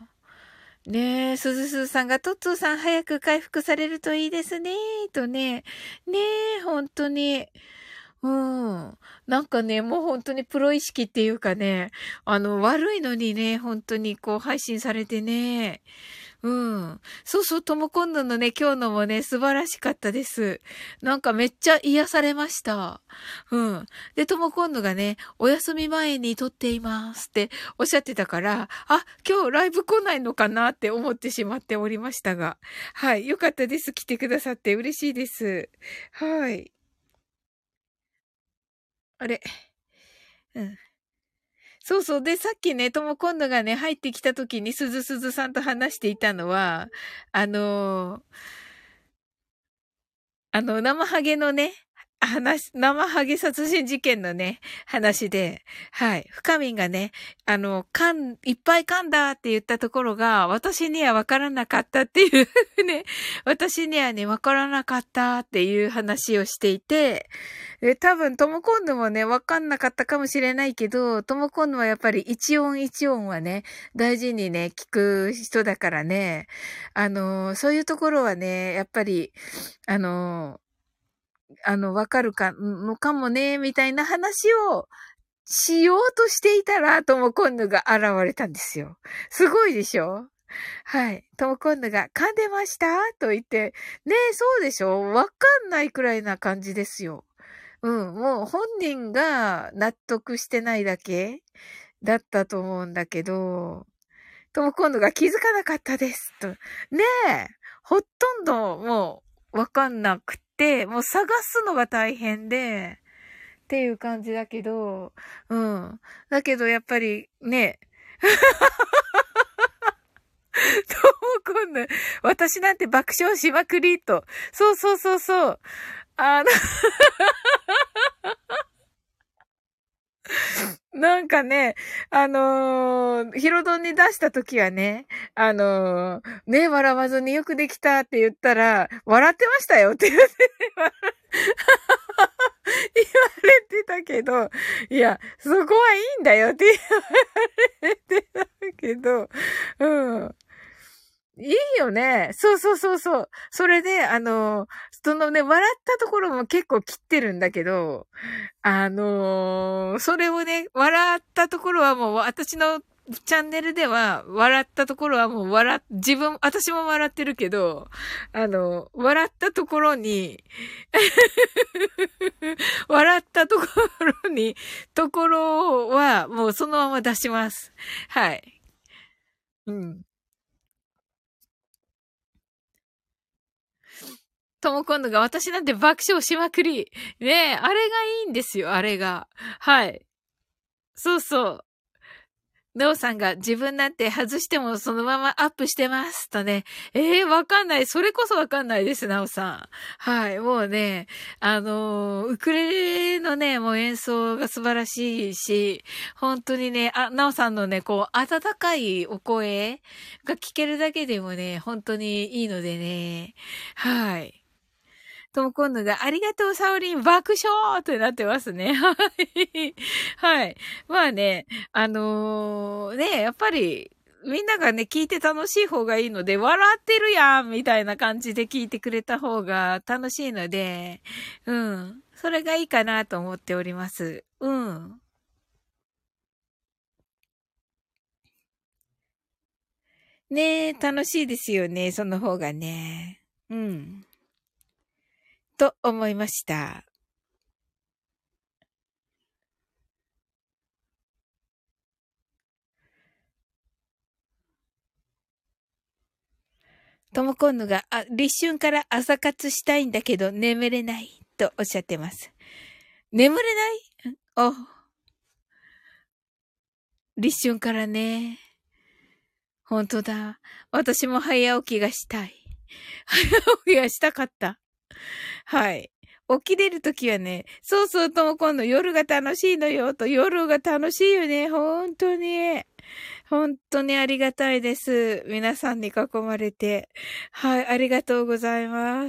Speaker 1: ねえ、すずすずさんが、トッツーさん早く回復されるといいですね、とね。ねえ、本当に。うん。なんかね、もう本当にプロ意識っていうかね、悪いのにね、本当にこう配信されてね。うん。そうそう、とも今度のね、今日のもね、素晴らしかったです。なんかめっちゃ癒されました。うん。で、とも今度がね、お休み前に撮っていますっておっしゃってたから、あ、今日ライブ来ないのかなって思ってしまっておりましたが。はい。よかったです。来てくださって嬉しいです。はい。あれ。うん。そうそう。で、さっきね、とも今度がね、入ってきた時にすずさんと話していたのは、あのー生ハゲのね、生ハゲ殺人事件のね、話で、はい。深みんがね、いっぱい噛んだって言ったところが、私にはわからなかったっていうね、私にはね、わからなかったっていう話をしていて、多分、ともコンヌもね、わかんなかったかもしれないけど、ともコンヌはやっぱり一音一音はね、大事にね、聞く人だからね、そういうところはね、やっぱり、あの、わかるか、のかもね、みたいな話をしようとしていたら、ともコンヌが現れたんですよ。すごいでしょ？はい。ともコンヌが噛んでましたと言って、ねえ、そうでしょ？わかんないくらいな感じですよ。 うん、もう本人が納得してないだけだったと思うんだけど、とも今度が気づかなかったです。と。ねえ、ほとんどもうわかんなくて、もう探すのが大変で、っていう感じだけど、うん。だけどやっぱりね、とも今度、私なんて爆笑しまくりと。そうそうそうそう。あの、なんかね、ヒロドンに出した時はね、ね、笑わずによくできたって言ったら、笑ってましたよって言われてたけど、いや、そこはいいんだよって言われてたけど、うん。いいよね。そうそうそうそう。それで、そのね、笑ったところも結構切ってるんだけど、それをね、笑ったところはもう私のチャンネルでは、笑ったところはもう私も笑ってるけど、笑ったところに、笑ったところはもうそのまま出します。はい。うん。とも今度が私なんて爆笑しまくり。ねえ、あれがいいんですよ、あれが。はい。そうそう。なおさんが自分なんて外してもそのままアップしてますとね。わかんない。それこそわかんないです、なおさん。はい。もうね、ウクレレのね、もう演奏が素晴らしいし、本当にね、なおさんのね、こう、温かいお声が聞けるだけでもね、本当にいいのでね。はい。とも今度が、ありがとう、サオリン、爆笑ってなってますね。はい。はい。まあね、ね、やっぱり、みんながね、聞いて楽しい方がいいので、笑ってるやんみたいな感じで聞いてくれた方が楽しいので、うん。それがいいかなと思っております。うん。ねえ、楽しいですよね、その方がね。うん。と思いました。ともこんぬが、立春から朝活したいんだけど眠れないとおっしゃってます。眠れないあ、立春からね。本当だ。私も早起きがしたい。早起きがしたかった。はい。起きれるときはね、そうそうとも今度夜が楽しいのよと、夜が楽しいよね。本当に。本当にありがたいです。皆さんに囲まれて。はい、ありがとうございます。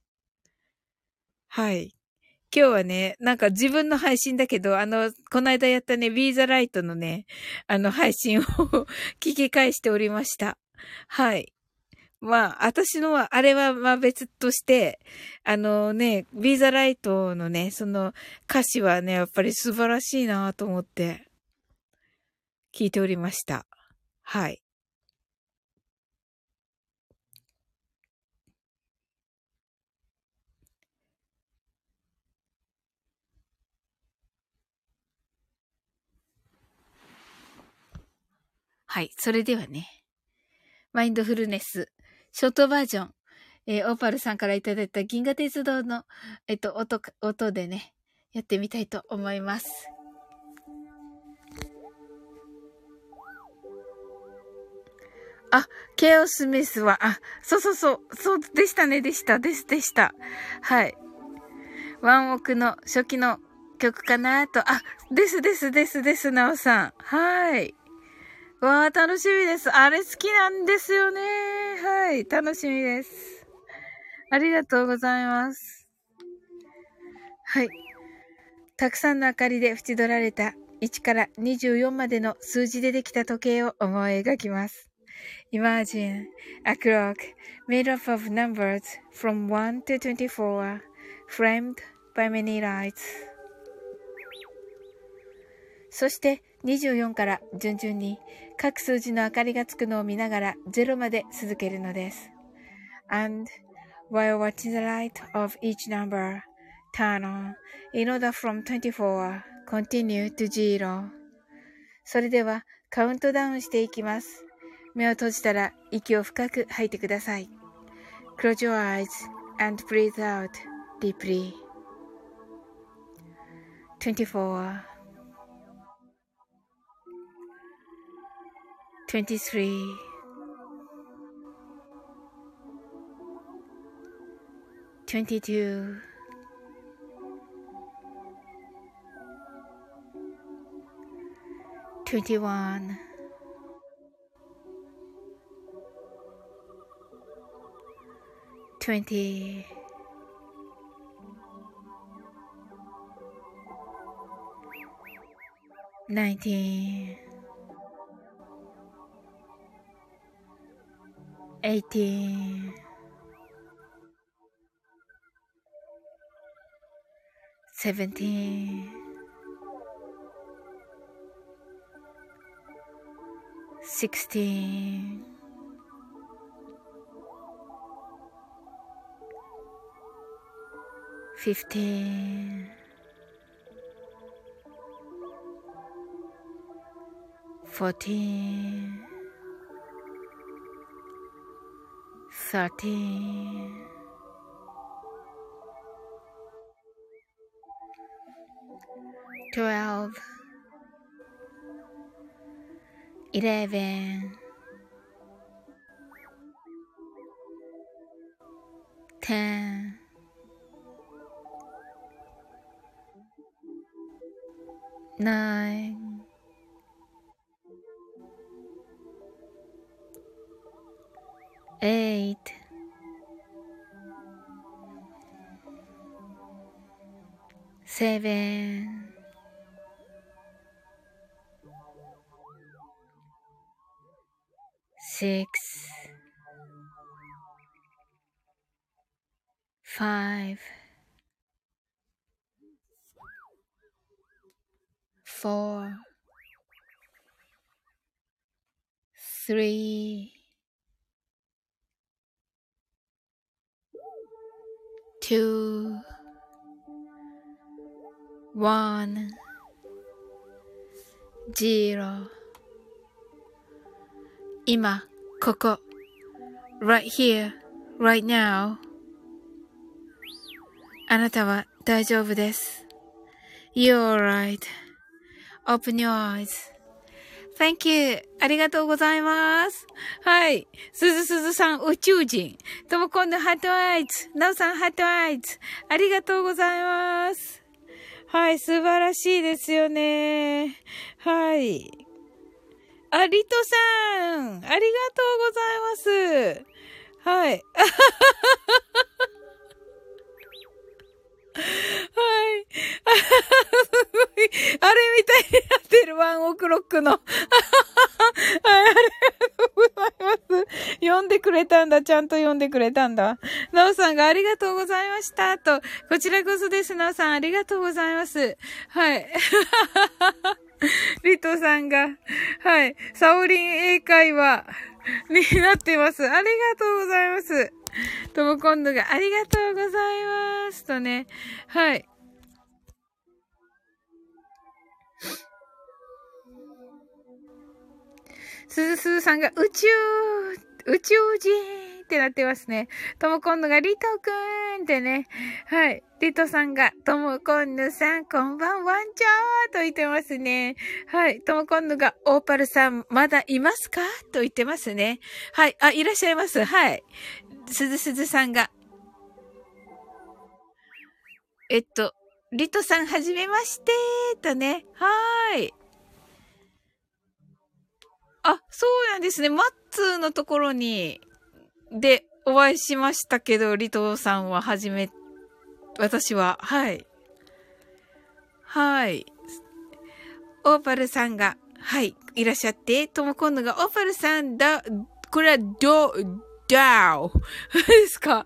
Speaker 1: はい。今日はね、なんか自分の配信だけど、この間やったね、Be the Light のね、配信を聞き返しておりました。はい。まあ、私のは、あれはまあ別として、Be the Light のね、その歌詞はね、やっぱり素晴らしいなと思って聞いておりました。はい。はい。それではね、マインドフルネス、ショートバージョン、オーパルさんからいただいた銀河鉄道の、音でね、やってみたいと思います。あ、ケイオスミスは、そうそうそう、そうでしたね、でした、でした。はい。ワンオクの初期の曲かなと、です、なおさん。はい。わー、楽しみです。あれ好きなんですよね。はい、楽しみです。ありがとうございます。はい。たくさんの明かりで縁取られた1から24までの数字でできた時計を思い描きます。Imagine a clock made up of numbers from 1 to 24, framed by many lights. そして24から順々に各数字の明かりがつくのを見ながら0まで続けるのです。And while watching the light of each number turn on. In order from 24, continue to 0. それではカウントダウンしていきます。目を閉じたら息を深く吐いてください。Close your eyes and breathe out deeply. 24, 23, 22, 21, 20, 19, 18, 17, 16, 15, 14, 13, 12, 11, 10, 9, 8, 7, 6, 5, 4, 3, 2, 1, 0. 今、ここ。right here, right now. あなたは大丈夫です。You're alright.Open your eyes.Thank you. ありがとうございます。はい。すずさん、宇宙人。ともこんのハートアイズ。なおさん、ハートアイズ。ありがとうございます。はい。素晴らしいですよね。はい。あ、リトさん。ありがとうございます。はい。はい。すごい。あれみたいになってるワンオクロックの。はい、ありがとうございます。読んでくれたんだ。ちゃんと読んでくれたんだ。なおさんがありがとうございました。と、こちらこそです。なおさんありがとうございます。はい。リトさんが、はい。サオリン英会話になってます。ありがとうございます。とも今度がありがとうございます。とね。はい。すずさんが宇宙人ってなってますね。ともこんぬがリトくんってね。はい。リトさんが、ともこんぬさん、こんばんはんちゃーと言ってますね。はい。ともこんぬが、オーパルさん、まだいますかと言ってますね。はい。あ、いらっしゃいます。はい。すずさんが、リトさんはじめましてーとね。はーい。あ、そうなんですね。マッツーのところに、で、お会いしましたけど、リトさんは私は、はい。はい。オーパルさんが、はい、いらっしゃって、とも今度が、オーパルさんこれは、DAW ですか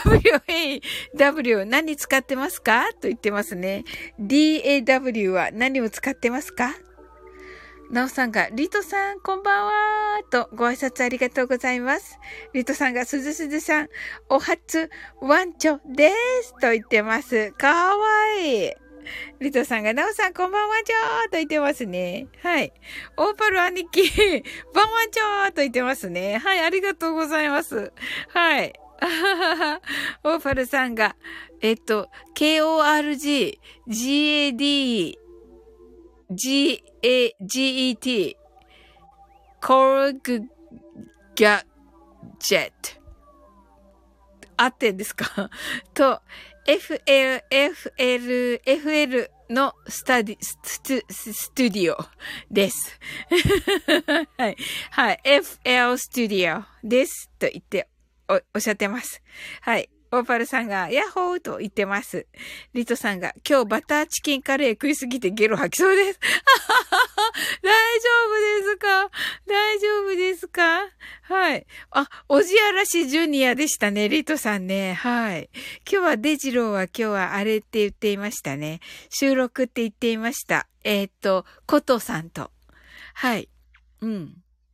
Speaker 1: ?W 何使ってますかと言ってますね。DAW は何を使ってますかなおさんが、リトさん、こんばんはーと、ご挨拶ありがとうございます。リトさんが、すずすずさん、お初、ワンチョでーすと言ってます。かわいい。リトさんが、なおさん、こんばんはちょーと言ってますね。はい。オーパル兄貴、バンワンチョーと言ってますね。はい、ありがとうございます。はい。オーパルさんが、KORG、GAD、GET、コルグギャジェット。合ってんですかと、FL のスタディオです。はい。はい。FL スタディオです。と言っておっしゃってます。はい。オーパルさんが、ヤッホーと言ってます。リトさんが、今日バターチキンカレー食いすぎてゲロ吐きそうです。大丈夫ですか？大丈夫ですか？はい。あ、おじあらしジュニアでしたね、リトさんね。はい。今日はデジローは今日はあれって言っていましたね。収録って言っていました。コトさんと。はい。うん。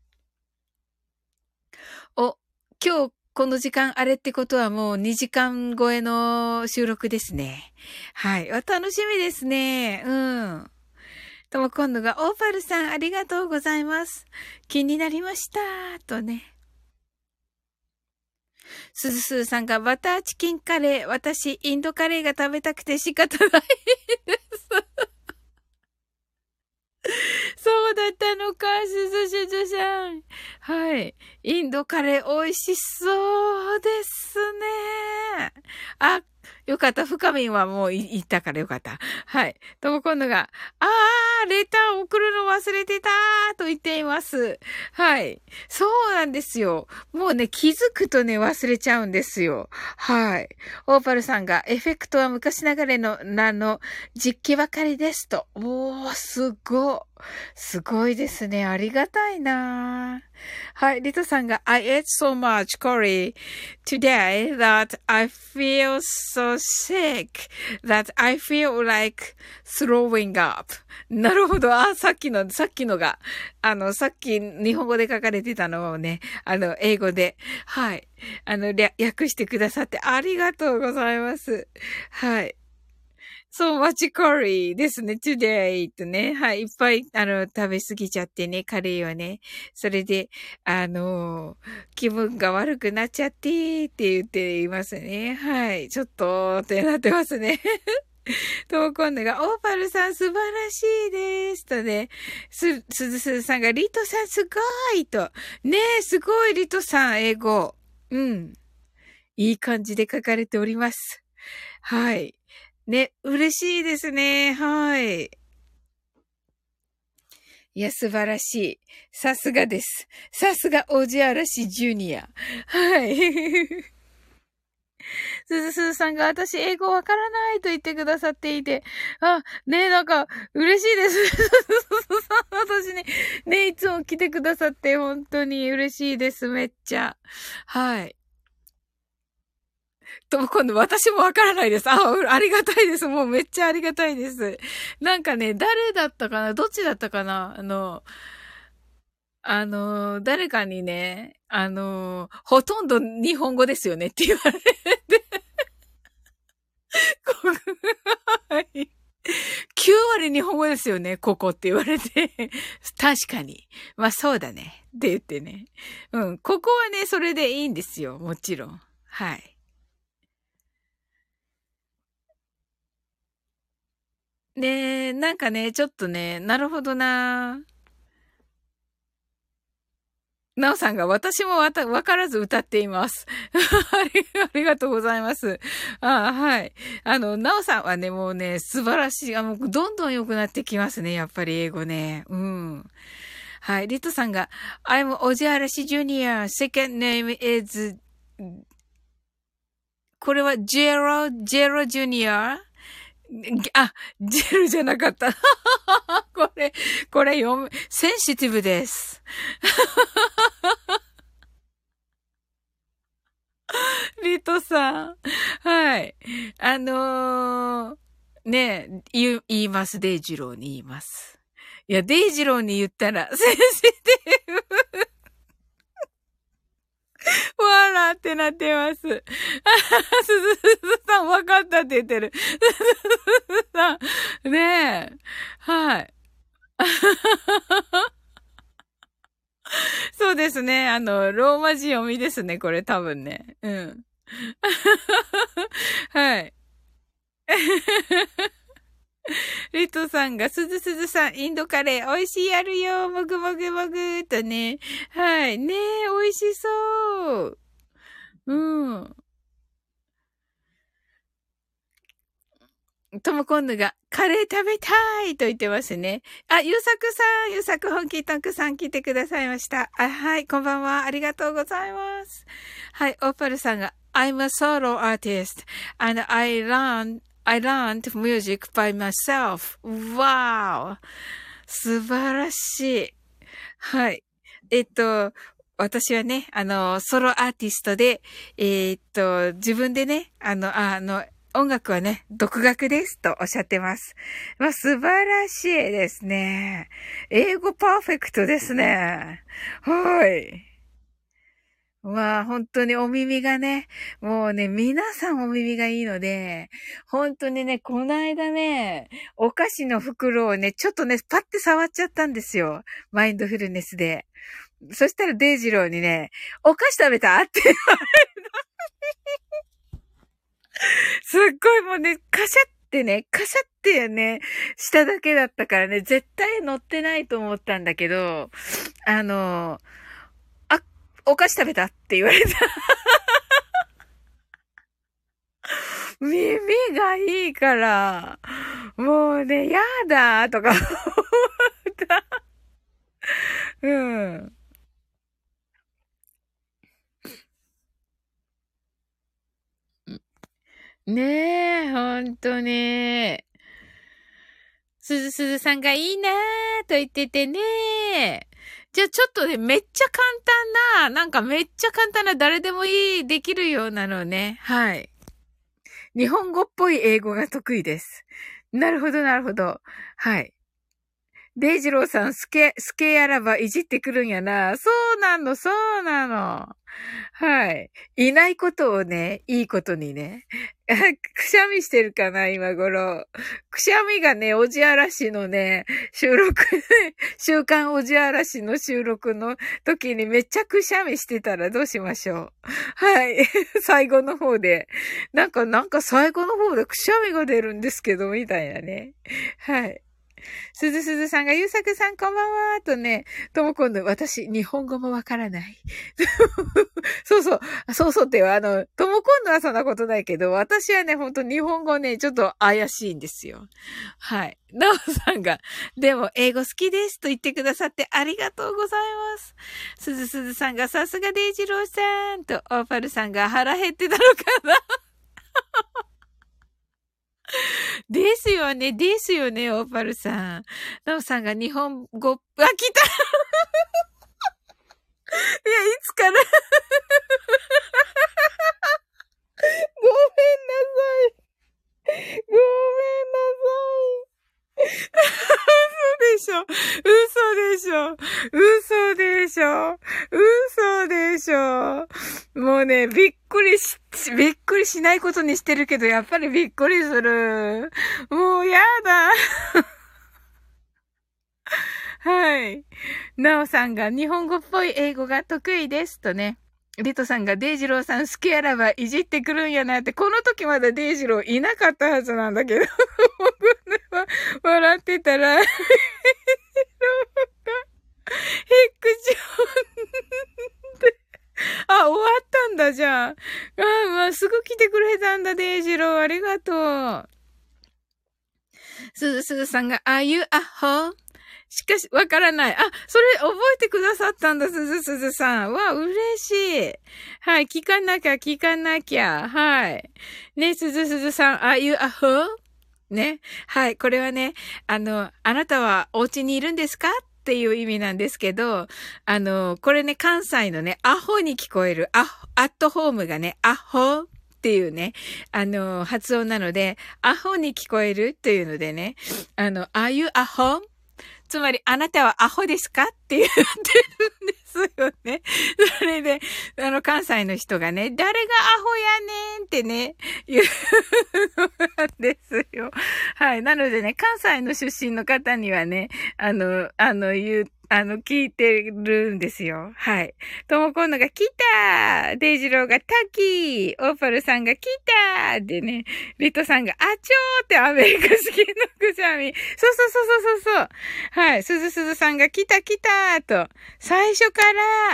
Speaker 1: 今日この時間あれってことはもう2時間超えの収録ですね。はい。楽しみですね。うん。とも今度が、オーパルさんありがとうございます。気になりました。とね。すずすーさんがバターチキンカレー、私、インドカレーが食べたくて仕方ないです。そうだったのか、すずさん。はい。インドカレー美味しそうですね。あ、よかった。深みんはもう行ったからよかった。はい。とも今度が、レター送るの忘れてたと言っています。はい。そうなんですよ。もうね、気づくとね、忘れちゃうんですよ。はい。オーパルさんが、エフェクトは昔ながらの実機ばかりですと。おー、すごい。すごいですね。ありがたいな。はい。リトさんが、I ate so much curry today that I feel so sick that I feel like throwing up. なるほど。さっきのが、さっき日本語で書かれてたのをね、英語で、はい。訳してくださってありがとうございます。はい。そう、マチカリーですね。today とね。はい。いっぱい、食べ過ぎちゃってね、カレーをね。それで、気分が悪くなっちゃってって言っていますね。はい。ちょっと、ってなってますね。と、今度が、オーパルさん素晴らしいです。とね、すずすずさんが、リトさんすごいと。ねえ、すごい、リトさん、英語。うん。いい感じで書かれております。はい。ね、嬉しいですね。はい。いや、素晴らしい。さすがです。さすが、おじあらしジュニア。はい。すずすずさんが私英語わからないと言ってくださっていて、ね、なんか、嬉しいです。すずすずさん、私に、ね、いつも来てくださって本当に嬉しいです。めっちゃ。はい。今度私もわからないです。ありがたいです。もうめっちゃありがたいです。なんかね、誰だったかな、どっちだったかな、誰かにね、ほとんど日本語ですよねって言われて、はい。9割日本語ですよね、ここって言われて。確かに。まあそうだね。って言ってね。うん。ここはね、それでいいんですよ。もちろん。はい。ねえ、なんかね、ちょっとね、なるほどな。なおさんが私もわからず歌っています。ありがとうございます。はい。なおさんはね、もうね、素晴らしい。どんどん良くなってきますね、やっぱり英語ね。うん。はい。リトさんが、I'm おじあらしジュニア。second name is これはジェロジュニア。ジェルじゃなかった。これセンシティブです。リトさん。はい。ね言います。デイジローに言います。 いや、デイジローに言ったら、センシティブ。笑ってなってます。すずさん分かったって言ってる。すずさん、ねえ。はい。そうですね。ローマ字読みですね、これ多分ね。うん。はい。リトさんが、すずさん、インドカレー、美味しいやるよ、もぐもぐもぐーとね。はい。ねえ、美味しそう。うん。とも今度が、カレー食べたいと言ってますね。あ、ゆうさくさん、ゆうさく本気たくさん来てくださいました。あ、はい、こんばんは。ありがとうございます。はい、オーパルさんが、I'm a solo artist and I learned music by myself. Wow! 素晴らしい。はい。私はね、ソロアーティストで、自分でね、音楽はね、独学ですとおっしゃってます。まあ、素晴らしいですね。英語パーフェクトですね。はい。まあ、本当にお耳がね、もうね、皆さんお耳がいいので、本当にね、この間ね、お菓子の袋をね、ちょっとね、パッて触っちゃったんですよ。マインドフルネスで。そしたらデイジローにね、お菓子食べたってすっごいもうね、カシャってね、しただけだったからね、絶対乗ってないと思ったんだけど、あ、お菓子食べたって言われた。耳がいいから、もうね、やだとか思った。うん。ねえ、ほんとね。すずさんがいいなーと言っててね。じゃあちょっとね、めっちゃ簡単な、なんかめっちゃ簡単な誰でもいい、できるようなのね。はい。日本語っぽい英語が得意です。なるほど、なるほど。はい。デイジローさん、スケやらばいじってくるんやな。そうなの、そうなの。はい。いないことをね、いいことにね。くしゃみしてるかな、今頃。くしゃみがね、おじあらしのね、収録、週刊おじあらしの収録の時にめっちゃくしゃみしてたらどうしましょう。はい。最後の方で。なんか最後の方でくしゃみが出るんですけど、みたいなね。はい。すずさんが、ゆうさくさんこんばんは、とね、とも今度、私、日本語もわからない。そうそう、そうそうってとも今度はそんなことないけど、私はね、ほんと日本語ね、ちょっと怪しいんですよ。はい。なおさんが、でも、英語好きですと言ってくださってありがとうございます。すずさんが、さすがデイジローさんと、オーパルさんが腹減ってたのかなですよね、オーパルさん。ナオさんが日本語、来たいや、いつからごめんなさい。ごめんなさい。嘘でしょ嘘でしょ嘘でしょ嘘でしょもうね、びっくりしないことにしてるけど、やっぱりびっくりする。もうやだ。はい。なおさんが日本語っぽい英語が得意ですとね。リトさんがデイジローさん好きあらばいじってくるんやなって、この時まだデイジローいなかったはずなんだけど、笑ってたら、ヘックションって。あ、終わったんだ、じゃあ。まあ、すぐ来てくれたんだ、デイジロー。ありがとう。すずさんが、Are you at home? しかし、わからない。あ、それ覚えてくださったんだ、すずさん。わ、嬉しい。はい、聞かなきゃ。はい。ね、すずさん、Are you at home? ね。はい、これはね、あなたはお家にいるんですかっていう意味なんですけど、これね、関西のね、アホに聞こえる、アットホームがね、アホっていうね、発音なので、アホに聞こえるっていうのでね、Are you at home? つまり、あなたはアホですかって言ってるんですよね。それで、関西の人がね、誰がアホやねんってね、言うのなんですよ。はい。なのでね、関西の出身の方にはね、聞いてるんですよ。はい。ともこんのが来たデイジローがタキーオーパルさんが来たでね、リトさんがあちょーってアメリカ式のくしゃみ。そう。はい。すずさんが来たと。最初から、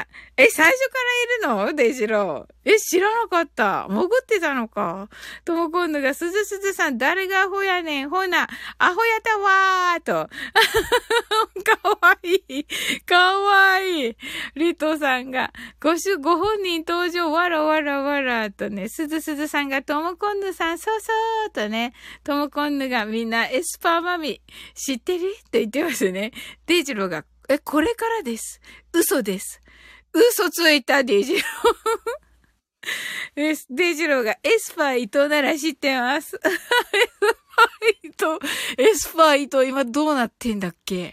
Speaker 1: 最初からいるのデイジロー。知らなかった。潜ってたのか。ともこんのがすずさん、誰がアホやねん。ほな、アホやたわーと。かわいい。かわいい。リトさんが、ご本人登場、わらわらわらとね、すずさんが、ともこんぬさん、そうとね、ともこんぬがみんなエスパーマミ、知ってると言ってますね。デイジローが、これからです。嘘です。嘘ついた、デイジロー。デイジローが、エスパー伊藤なら知ってます。エスパー伊藤、今どうなってんだっけ？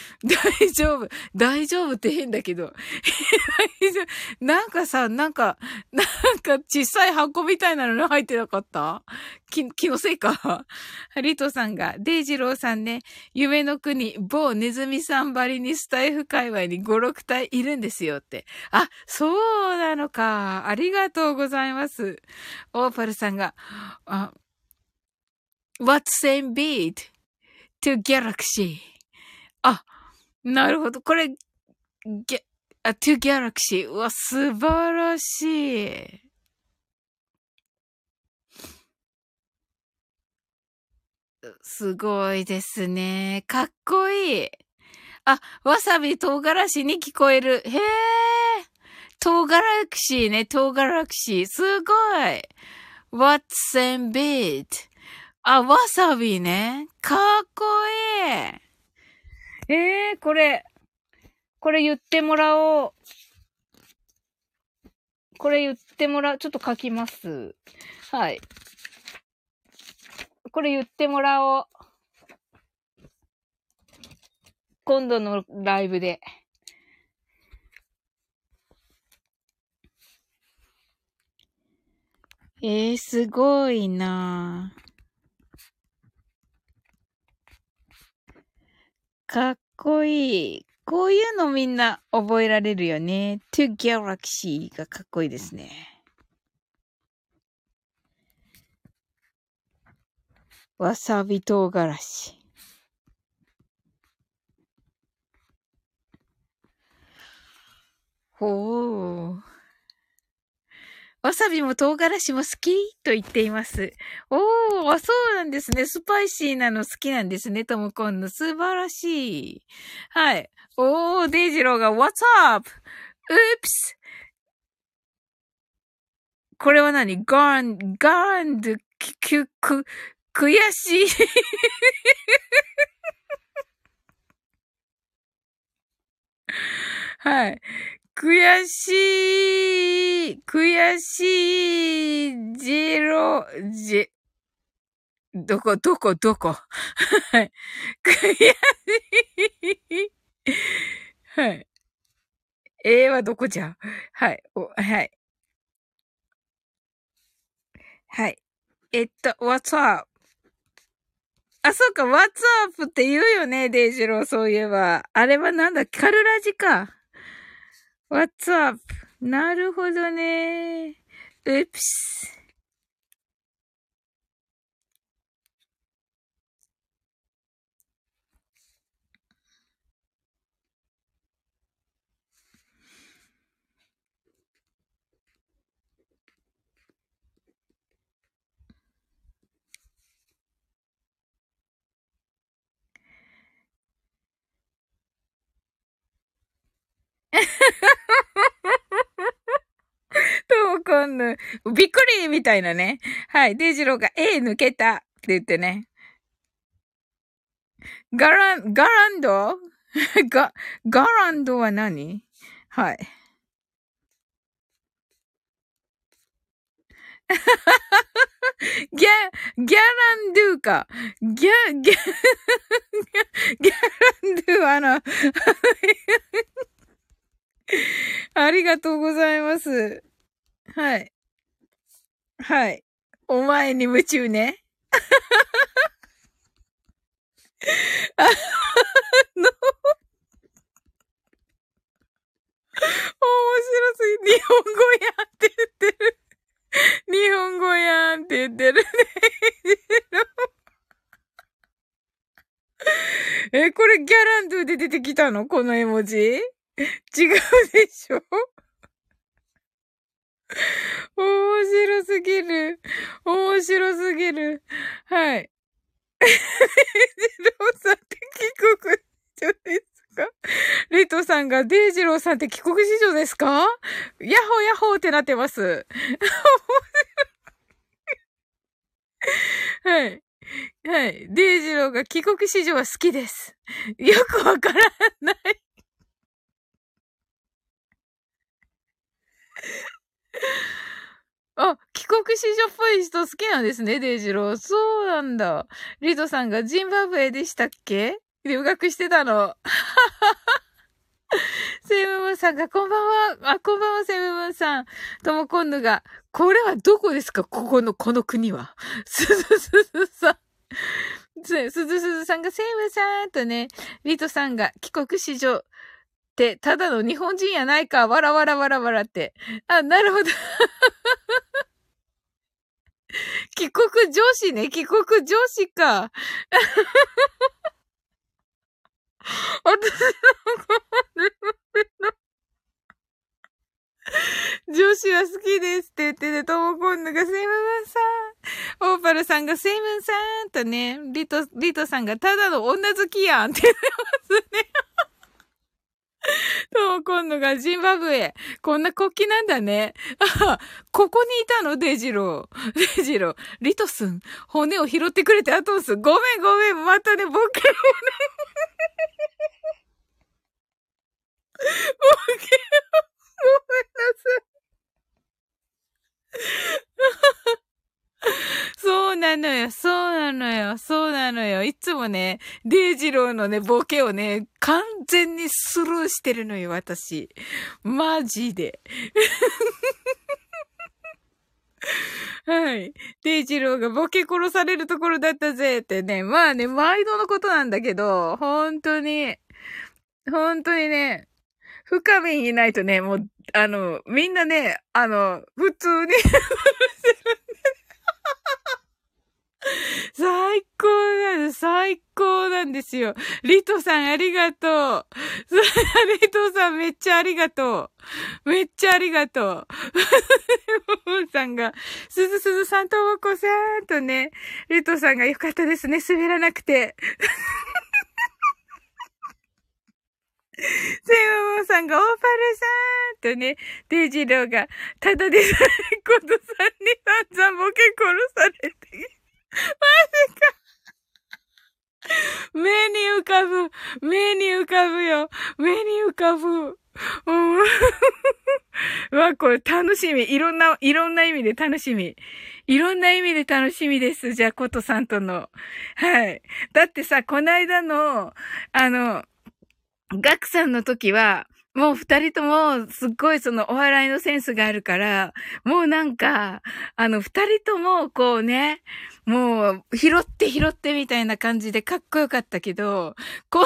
Speaker 1: 大丈夫って変だけど。なんかさ、なんか小さい箱みたいなの入ってなかった？気のせいか。リトさんが、デイジローさんね、夢の国、某ネズミさんばりにスタイフ界隈に5、6体いるんですよって。あ、そうなのか。ありがとうございます。オーパルさんが、What same beat to Galaxy? あ、なるほど。これ、to Galaxy。うわ、素晴らしい。すごいですね。かっこいい。あ、わさび唐辛子に聞こえる。へえ。唐辛子ね、唐辛子。すごい。What's in beat? あ、わさびね。かっこいい。これ言ってもらおう。ちょっと書きます。はい。これ言ってもらおう。今度のライブで。すごいなぁ。かっこいい。こういうのみんな覚えられるよね。to Galaxy がかっこいいですね。わさび唐辛子。ほー。わさびも唐辛子も好きと言っています。そうなんですね。スパイシーなの好きなんですね、ともこんの。素晴らしい。はい。デイジローが What's up? Oops! これは何？ガンド、悔しい。はい。悔しい、どこはい。悔しい。はい。はどこじゃ？はい。はい。はい。what's up? あ、そうか、what's up って言うよね、デイジロー、そういえば。あれはなんだ、カルラジか。what's up? なるほどね。うっす。ともこんぬ。びっくりみたいなね。はい。デイジローが A 抜けたって言ってね。ガランドガランドは何？はい。 ギャランドゥか。ギャランドゥ、ありがとうございます。はい。はい。お前に夢中ね。の、面白すぎ、日本語やんって言ってる。日本語やんって言ってるね。これギャランドゥで出てきたのこの絵文字違うでしょ。面白すぎる。面白すぎる。はい。デイジローさんって帰国子女ですか？レトさんがデイジローさんって帰国子女ですか？ヤッホーヤッホーってなってます。はい。はい。デイジローが帰国子女は好きです。よくわからない。あ、帰国子女っぽい人好きなんですね、デイジロー。そうなんだ。リトさんがジンバブエでしたっけ？留学してたの。セムムーンさんが、こんばんは。あ、こんばんは、セムムーンさん。ともこんぬが、これはどこですか？この国は。すずすずさん。すずすずさんが、セムさんとね、リトさんが、帰国子女って、ただの日本人やないか、わらわらわらわらって。あ、なるほど。帰国女子ね。帰国女子か。私の女子は好きですって言ってて、ともこんぬがセイムムーンさん。オーパルさんがセイムーンさんとね、リトさんがただの女好きやんって言ってますね。ともこんぬがジンバブエ。こんな国旗なんだね。あ、ここにいたのデジロー。デジロー。リトスン。骨を拾ってくれてアトンス。ごめん。またね、ボケをね。ボケを、ごめんなさい。そうなのよ。いつもね、デイジローのね、ボケをね、完全にスルーしてるのよ、私。マジで。はい。デイジローがボケ殺されるところだったぜってね。まあね、毎度のことなんだけど、本当にね、深みいないとね、もう、みんなね、普通に最高なんですよ。リトさんありがとう。リトさんめっちゃありがとう。めっちゃありがとう。モンさんが、すずさんともこさんとね、リトさんがよかったですね、滑らなくて。セイムモンさんがオーパルさんとね、デイジローが、ただでさえことさんに散々ボケ殺されて。マジか。目に浮かぶよ。目に浮かぶ。わ、これ楽しみ。いろんな意味で楽しみ。いろんな意味で楽しみです。じゃあ、ことさんとの。はい。だってさ、こないだの、ガクさんの時は、もう二人とも、すっごいそのお笑いのセンスがあるから、もうなんか、二人とも、こうね、もう、拾ってみたいな感じでかっこよかったけど、今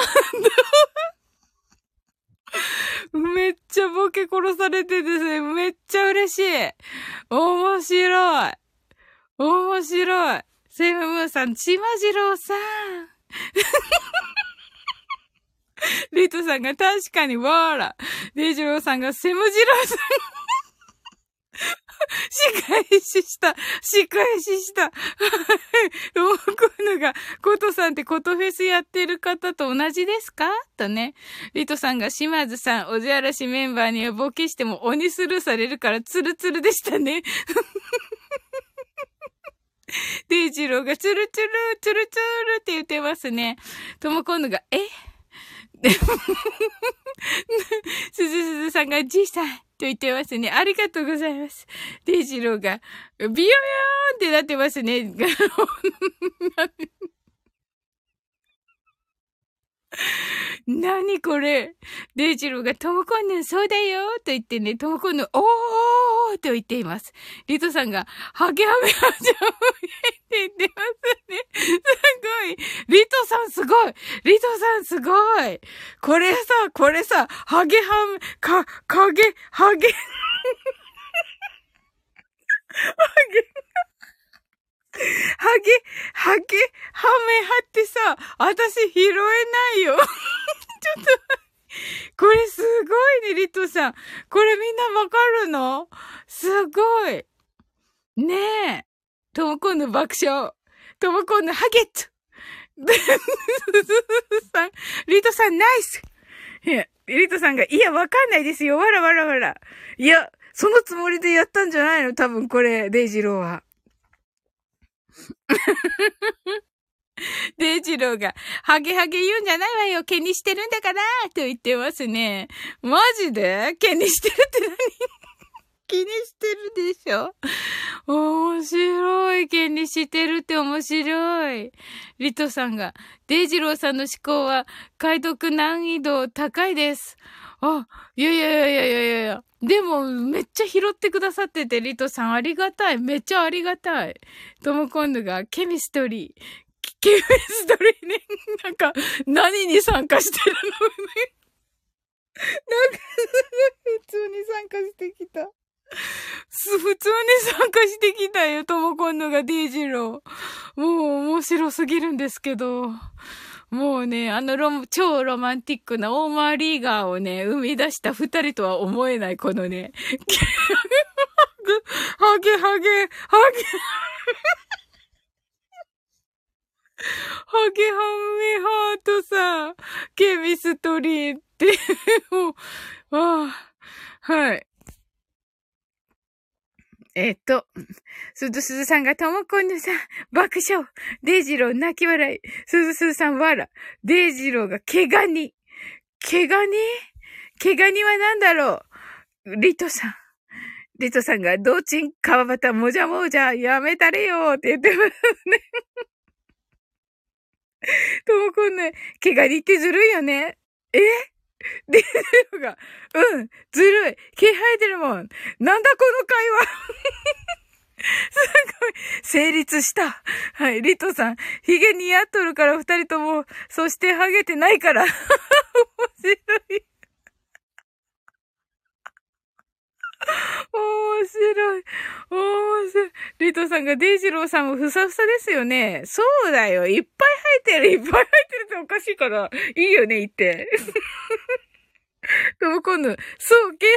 Speaker 1: 度、めっちゃボケ殺されてですね、めっちゃ嬉しい。面白い。面白い。セイムムーンさん、ちまじろうさん。リトさんが確かにわーら。デイジローさんがセムジローさん。仕返しした。どうこうのが、コトさんってコトフェスやってる方と同じですかとね。リトさんが島津さん、おじあらしメンバーにはボケしても鬼スルーされるからツルツルでしたね。デイジローがツルツルって言ってますね。ともこんのが、すずさんが小さい。 と言ってますね。ありがとうございます。デイジローが、ビヨヨーンってなってますね。何これ。デイジローが、ともこんぬんそうだよと言ってね、ともこんぬん、おーと言っています。リトさんが、ハゲハメハジャムって言ってますね。すごい。リトさんすごい。リトさんすごい。これさ、ハゲハメ、ハゲ、ハゲ、ハゲ、ハメハってさ、私拾えないよ。ちょっと、これすごいね、リトさん。これみんなわかるの？すごい。ねえ。トモコンの爆笑。トモコンのハゲット。さん、リトさんナイス。いや、リトさんが、いや、わかんないですよ。わらわらわら。いや、そのつもりでやったんじゃないの？多分これ、デイジローは。デイジローが、ハゲハゲ言うんじゃないわよ。毛にしてるんだから、と言ってますね。マジで？毛にしてるって何？気にしてるでしょ？面白い。毛にしてるって面白い。リトさんが、デイジローさんの思考は、解読難易度高いです。あ、いやいやいやいやいやいや。でも、めっちゃ拾ってくださってて、リトさんありがたい。めっちゃありがたい。トモコンヌが、ケミストリー。ケミストリーね。なんか、何に参加してるのね。なんか、普通に参加してきた。普通に参加してきたよ、ともこんのがデイジロー。もう面白すぎるんですけど。もうね、超ロマンティックなオーマーリーガーをね、生み出した二人とは思えないこのね、ハゲ、ハゲ、ハメハートさ、ケミストリーって、もう、はい。すずさんがともこんぬさん、爆笑。デイジロー泣き笑い。すずさん笑。デイジローが毛ガニ。毛ガニは何だろう？リトさんが、ドーチン、川端、もじゃもじゃ、やめたれよって言ってますね。ともこんぬ、毛ガニってずるいよね。デイジローが、ずるい。毛生えてるもん。なんだこの会話。すごい、成立した。はい、リトさん、ヒゲ似合っとるから二人とも、そしてハゲてないから。面白い。面白い。面白い。リトさんがデイジローさんもふさふさですよね。そうだよ。いっぱい生えてるっておかしいから、いいよね、言って。でも今度、そう、毛生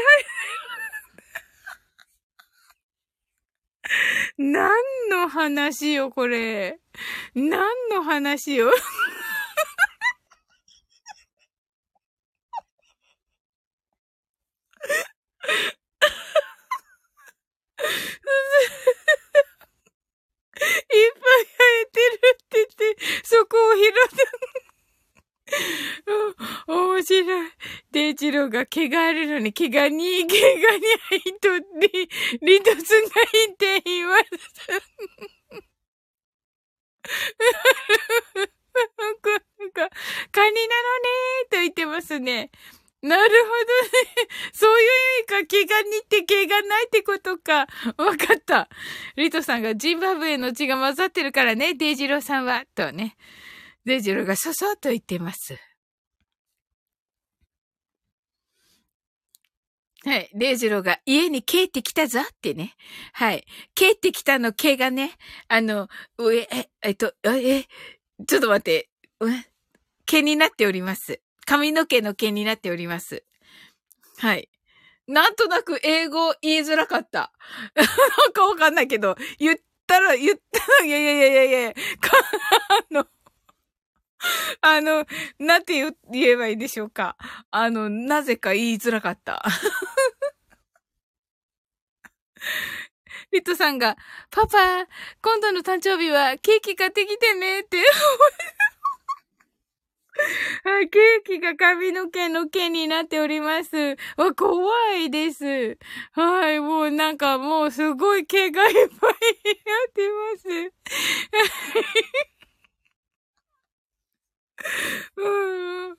Speaker 1: 何の話よ、これ。何の話よ。いっぱい生えてるって言って、そこを拾った。面白い。デイジローが毛があるのに毛がにいとリトスがいています。なんか、カニなのねーと言ってますね。なるほどね。そういう意味か、毛がにって毛がないってことか。わかった。リトさんがジンバブエの血が混ざってるからね、デイジローさんは。とね。デイジローがそそっと言ってます。はい。デイジローが家に帰ってきたぞってね。はい。帰ってきたの毛がね、ちょっと待って。毛になっております。髪の毛の毛になっております。はい。なんとなく英語言いづらかった。なんかわかんないけど、言ったら、いや、なんて言えばいいでしょうか。なぜか言いづらかった。リトさんが、パパ、今度の誕生日はケーキ買ってきてねって。 はい、ケーキが髪の毛の毛になっております。怖いです。はい、もうなんかもうすごい毛がいっぱいになってます。うん。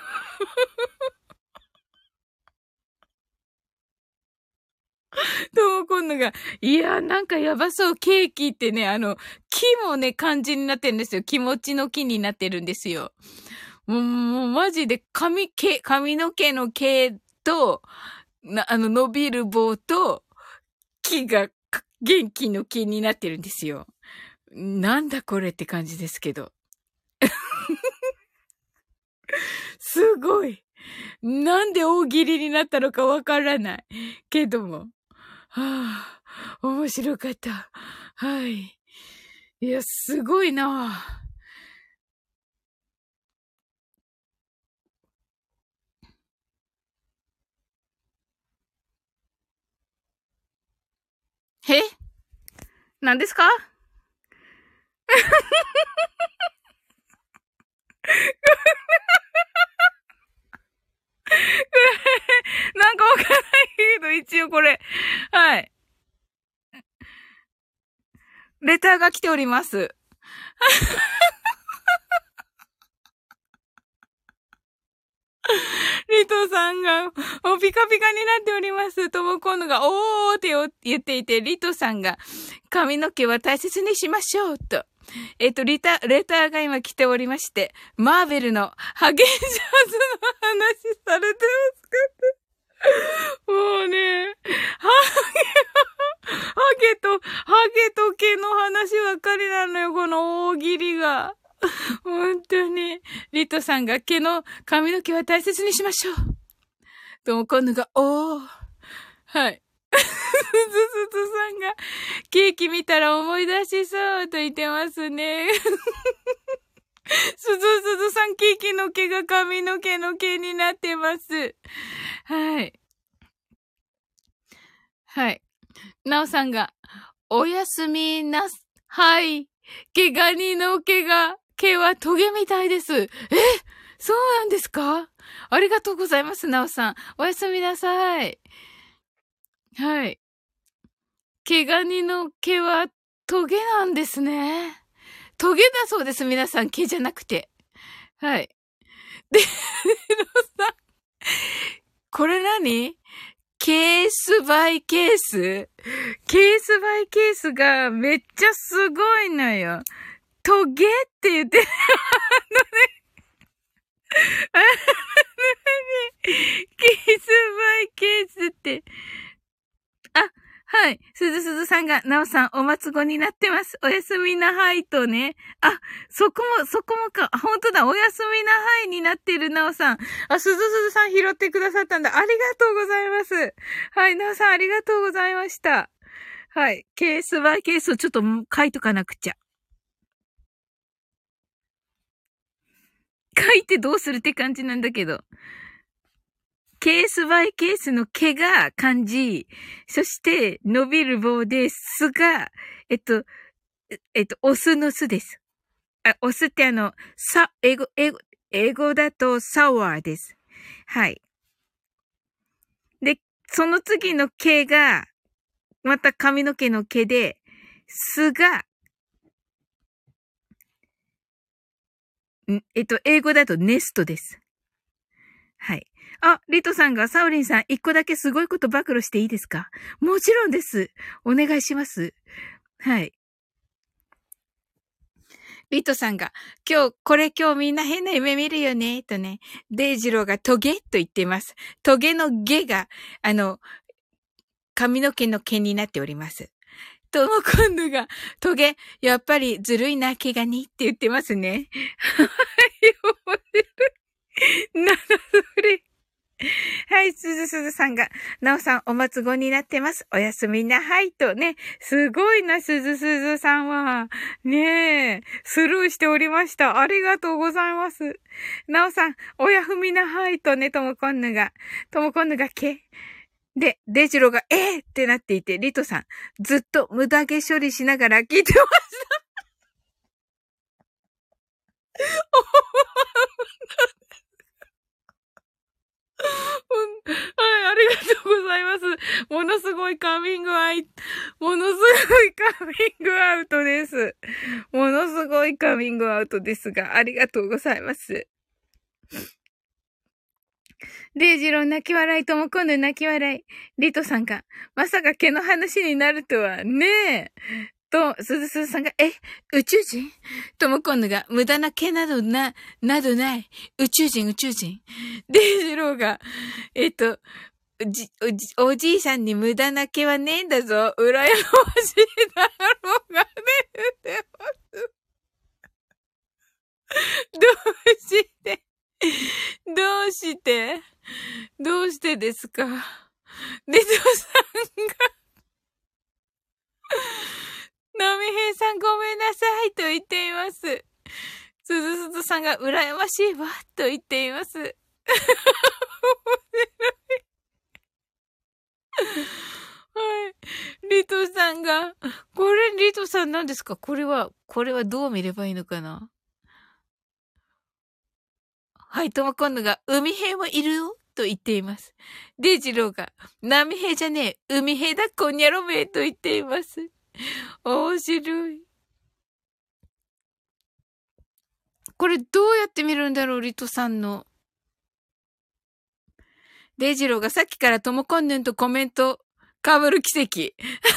Speaker 1: とも今度が、いや、なんかやばそう、ケーキってね、木もね、漢字になってるんですよ。気持ちの木になってるんですよ。もうマジで髪の毛の毛と、伸びる棒と、木が元気の木になってるんですよ。なんだこれって感じですけど。すごい。なんで大喜利になったのかわからない。けども。はあ、面白かった。はい。いや、すごいな。え、何ですか？なんかわからないけど、一応これ。はい。レターが来ております。リトさんが、ピカピカになっております。とも今度が、おーって言っていて、リトさんが、髪の毛は大切にしましょう、と。レターが今来ておりまして、マーベルのハゲンジャーズの話されてますか？もうね、ハゲと毛の話ばっかりなのよ、この大喜利が。本当に。リトさんが髪の毛は大切にしましょう。とも今度が、はい。すずすずさんが、ケーキ見たら思い出しそうと言ってますね。すずすずさん、ケーキの毛が髪の毛の毛になってます。はい。はい。なおさんが、おやすみなす。はい。毛ガニの毛はトゲみたいです。そうなんですか？ありがとうございます、なおさん。おやすみなさい。はい。毛ガニの毛はトゲなんですね。トゲだそうです、皆さん。毛じゃなくて。はい。で、ロさん、これ何？ケースバイケース？ケースバイケースがめっちゃすごいのよ。トゲって言ってるのね。ケースバイケースって。あ、はい。すずさんが、なおさん、お末子になってます。おやすみなはいとね。あ、そこもか。本当だ。おやすみなはいになってるなおさん。すずさん拾ってくださったんだ。ありがとうございます。はい、なおさん、ありがとうございました。はい。ケースバイケースをちょっと書いとかなくちゃ。書いてどうするって感じなんだけど。ケースバイケースの毛が漢字。そして、伸びる棒で、すが、オスの巣です。オスって英語だとサワーです。はい。で、その次の毛が、また髪の毛の毛で、すが、英語だとネストです。はい。リトさんが、サオリンさん、一個だけすごいこと暴露していいですか？もちろんです。お願いします。はい。リトさんが、今日みんな変な夢見るよね、とね。デイジローがトゲと言っています。トゲのゲが、髪の毛の毛になっております。とも今度が、トゲ、やっぱりずるいな、毛がにって言ってますね。はい、面白い。なんだそれ。はい、すずさんが、なおさんお末子になってます。おやすみな、はいとね。すごいな、すずさんは。ねえ、スルーしておりました。ありがとうございます。なおさん、おやふみな、はいとね、ともこんぬが、け。で、デジロが、ってなっていて、リトさん、ずっと無駄毛処理しながら聞いてました。 ます。ものすごいカミングアウト、ものすごいカミングアウトです。ものすごいカミングアウトですが、ありがとうございます。デイジロー泣き笑いとも今度泣き笑い。リトさんが、まさか毛の話になるとは、ねえ。と、すずすずさんが、宇宙人とも今度が、無駄な毛などない。宇宙人。デイジローが、おじいさんに無駄な毛はねえんだぞ。羨ましいだろうがね。言ってます。どうしてですか？レトさんが、ナミヘイさんごめんなさいと言っています。すずすずさんが羨ましいわと言っています。面白い。はい。リトさんが、これリトさん何ですか？これはどう見ればいいのかな？はい、とも今度が、海兵もいるよと言っています。デイジローが、波兵じゃねえ、海兵だ、こんにゃろめと言っています。面白い。これどうやって見るんだろう、リトさんの。デイジローがさっきからともこんぬんとコメント、被る奇跡。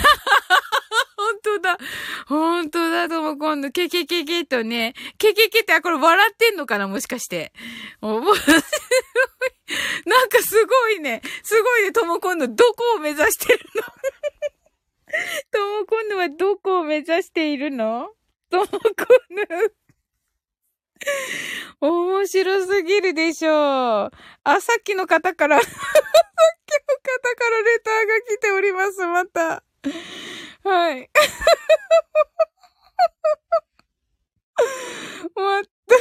Speaker 1: 本当だ、ともこんぬ。ケとね。ケって、これ笑ってんのかなもしかして。面白い。なんかすごいね、ともこんぬ。どこを目指してるの？ともこんぬはどこを目指しているの？ともこんぬ。面白すぎるでしょう。さっきの方から、レターが来ております、また。はい。まった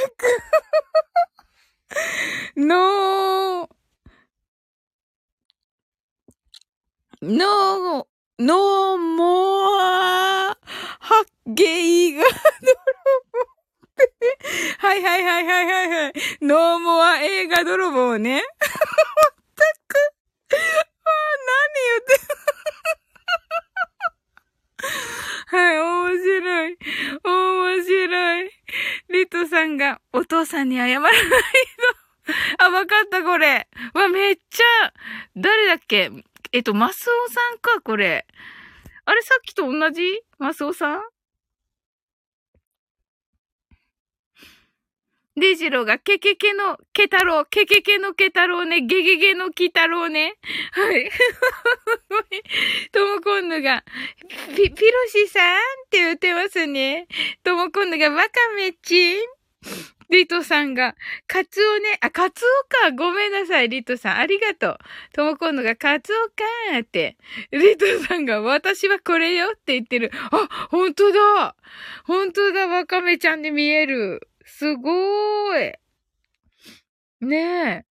Speaker 1: く。ノーモア、ハッゲイが、はい。ノーモア映画泥棒ね。まったく。何言って。はい、面白い。リトさんが、お父さんに謝らないと。わかった、これ。めっちゃ、誰だっけ？マスオさんか、これ。あれ、さっきと同じ？マスオさん？デジローがケケケのケ太郎ね、ゲゲゲのキ太郎ね。はい。ともこんぬが、ピロシさんって言ってますね。ともこんぬがワカメチン。リトさんが、カツオね、カツオか。ごめんなさい、リトさん。ありがとう。ともこんぬが、カツオかーって。リトさんが、私はこれよって言ってる。ほんとだ、ワカメちゃんに見える。すごーい。ねえ。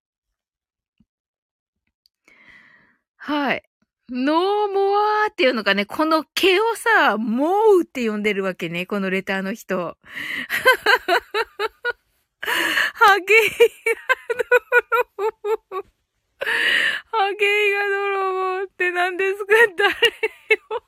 Speaker 1: はい。ノーモアーっていうのがね、この毛をさ、モウって呼んでるわけね、このレターの人。ハゲイが泥棒。ハゲイが泥棒って何ですか？誰よ。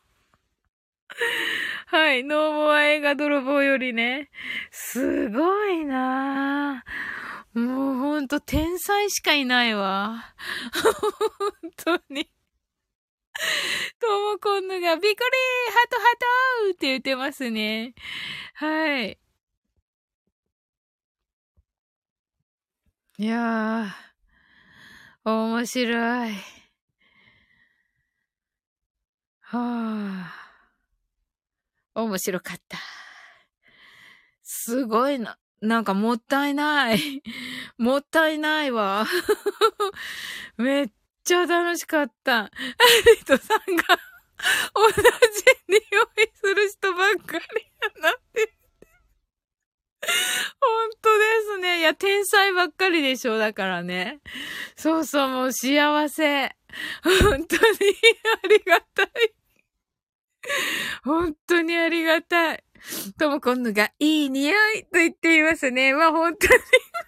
Speaker 1: はい。ノーモア映画泥棒よりね。すごいなぁ。もうほんと天才しかいないわ。本当に。ともこんぬがびっくりハトって言ってますね。はい。いやー、面白い。はぁ。面白かった。すごいな。なんかもったいない。もったいないわ。めっちゃ楽しかった。リトさんが同じ匂いする人ばっかりやなって。本当ですね。いや、天才ばっかりでしょ。だからね。そうそう、もう幸せ。本当にありがたい。本当にありがたい。ともこんぬがいい匂いと言っていますね。本当に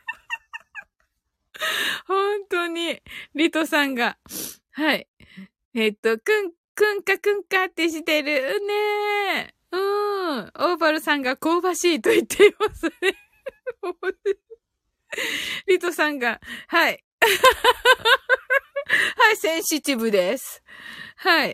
Speaker 1: 本当に、リトさんが、はい。 くんかってしてるね。うん。オーバルさんが香ばしいと言っていますね。リトさんが、はい。はい、センシティブです。はい。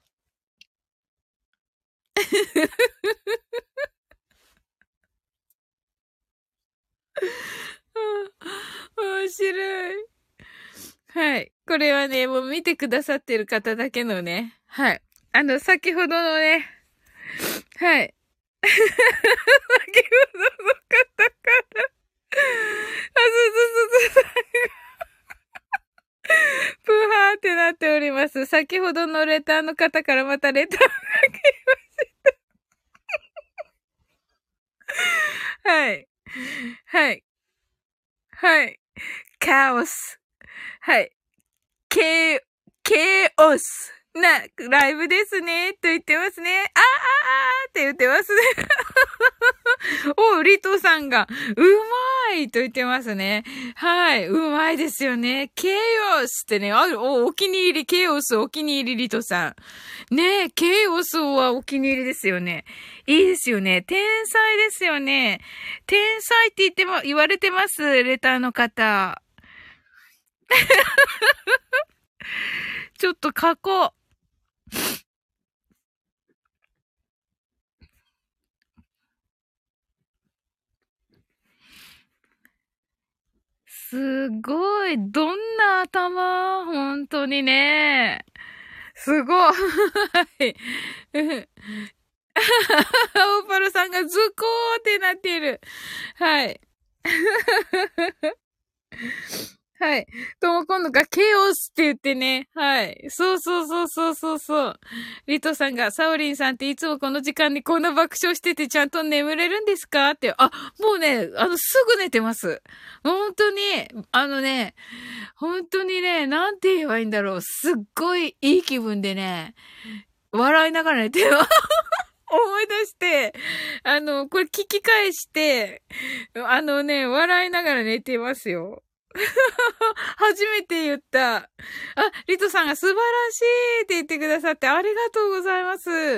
Speaker 1: 面白い。はい。これはね、もう見てくださってる方だけのね。はい。先ほどのね、はい。先ほどの方から、すずさんが、プーハーってなっております。先ほどのレターの方からまたレターが来まはい。はい。はい。カオス。はい。ケオスなライブですね、と言ってますね。あーあーあーって言ってますね。お、リトさんが、うまいと言ってますね。はい、うまいですよね。ケイオスってね、お気に入り、ケイオスお気に入り、リトさん。ねえ、ケイオスはお気に入りですよね。いいですよね。天才ですよね。天才って言われてます、レターの方。ちょっと書こう。すごい。どんな頭本当にね。すごい。はい。オーパルさんがズコーってなっている。はい。はい。とも今度がケオスって言ってね。はい。そう。リトさんが、サオリンさんっていつもこの時間にこんな爆笑しててちゃんと眠れるんですかって。あ、もうね、すぐ寝てます。本当に、本当にね、なんて言えばいいんだろう。すっごいいい気分でね、笑いながら寝てます。思い出して、これ聞き返して、笑いながら寝てますよ。初めて言った。あ、リトさんが素晴らしいって言ってくださってありがとうございます。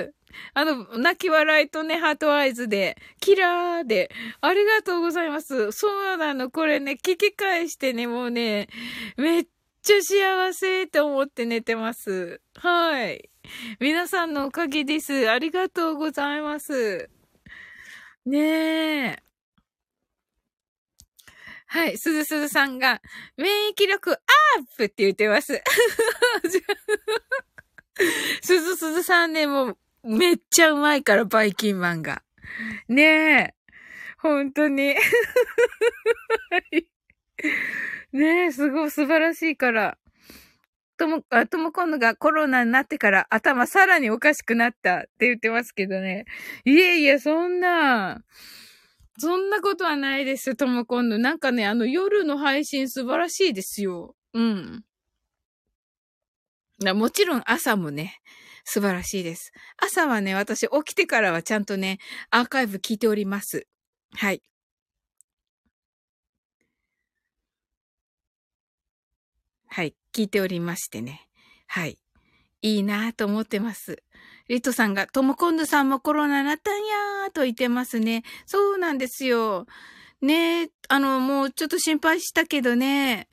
Speaker 1: 泣き笑いとね、ハートアイズで、キラーで、ありがとうございます。そうなの、これね、聞き返してね、もうね、めっちゃ幸せって思って寝てます。はい。皆さんのおかげです。ありがとうございます。ねえ。はい。すずすずさんが、免疫力アップって言ってます。すずすずさんね、もう、めっちゃうまいから、バイキンマンが。ねえ。本当に。ねえ、すごい素晴らしいから。とも今度がコロナになってから頭さらにおかしくなったって言ってますけどね。いえいえ、そんなことはないです、とも今度。なんかね、夜の配信素晴らしいですよ。うん。もちろん朝もね、素晴らしいです。朝はね、私起きてからはちゃんとね、アーカイブ聞いております。はい。はい。聞いておりましてね。はい。いいなぁと思ってます。リトさんが、ともこんぬさんもコロナなったんやーと言ってますね。そうなんですよ。ねえ、もうちょっと心配したけどね。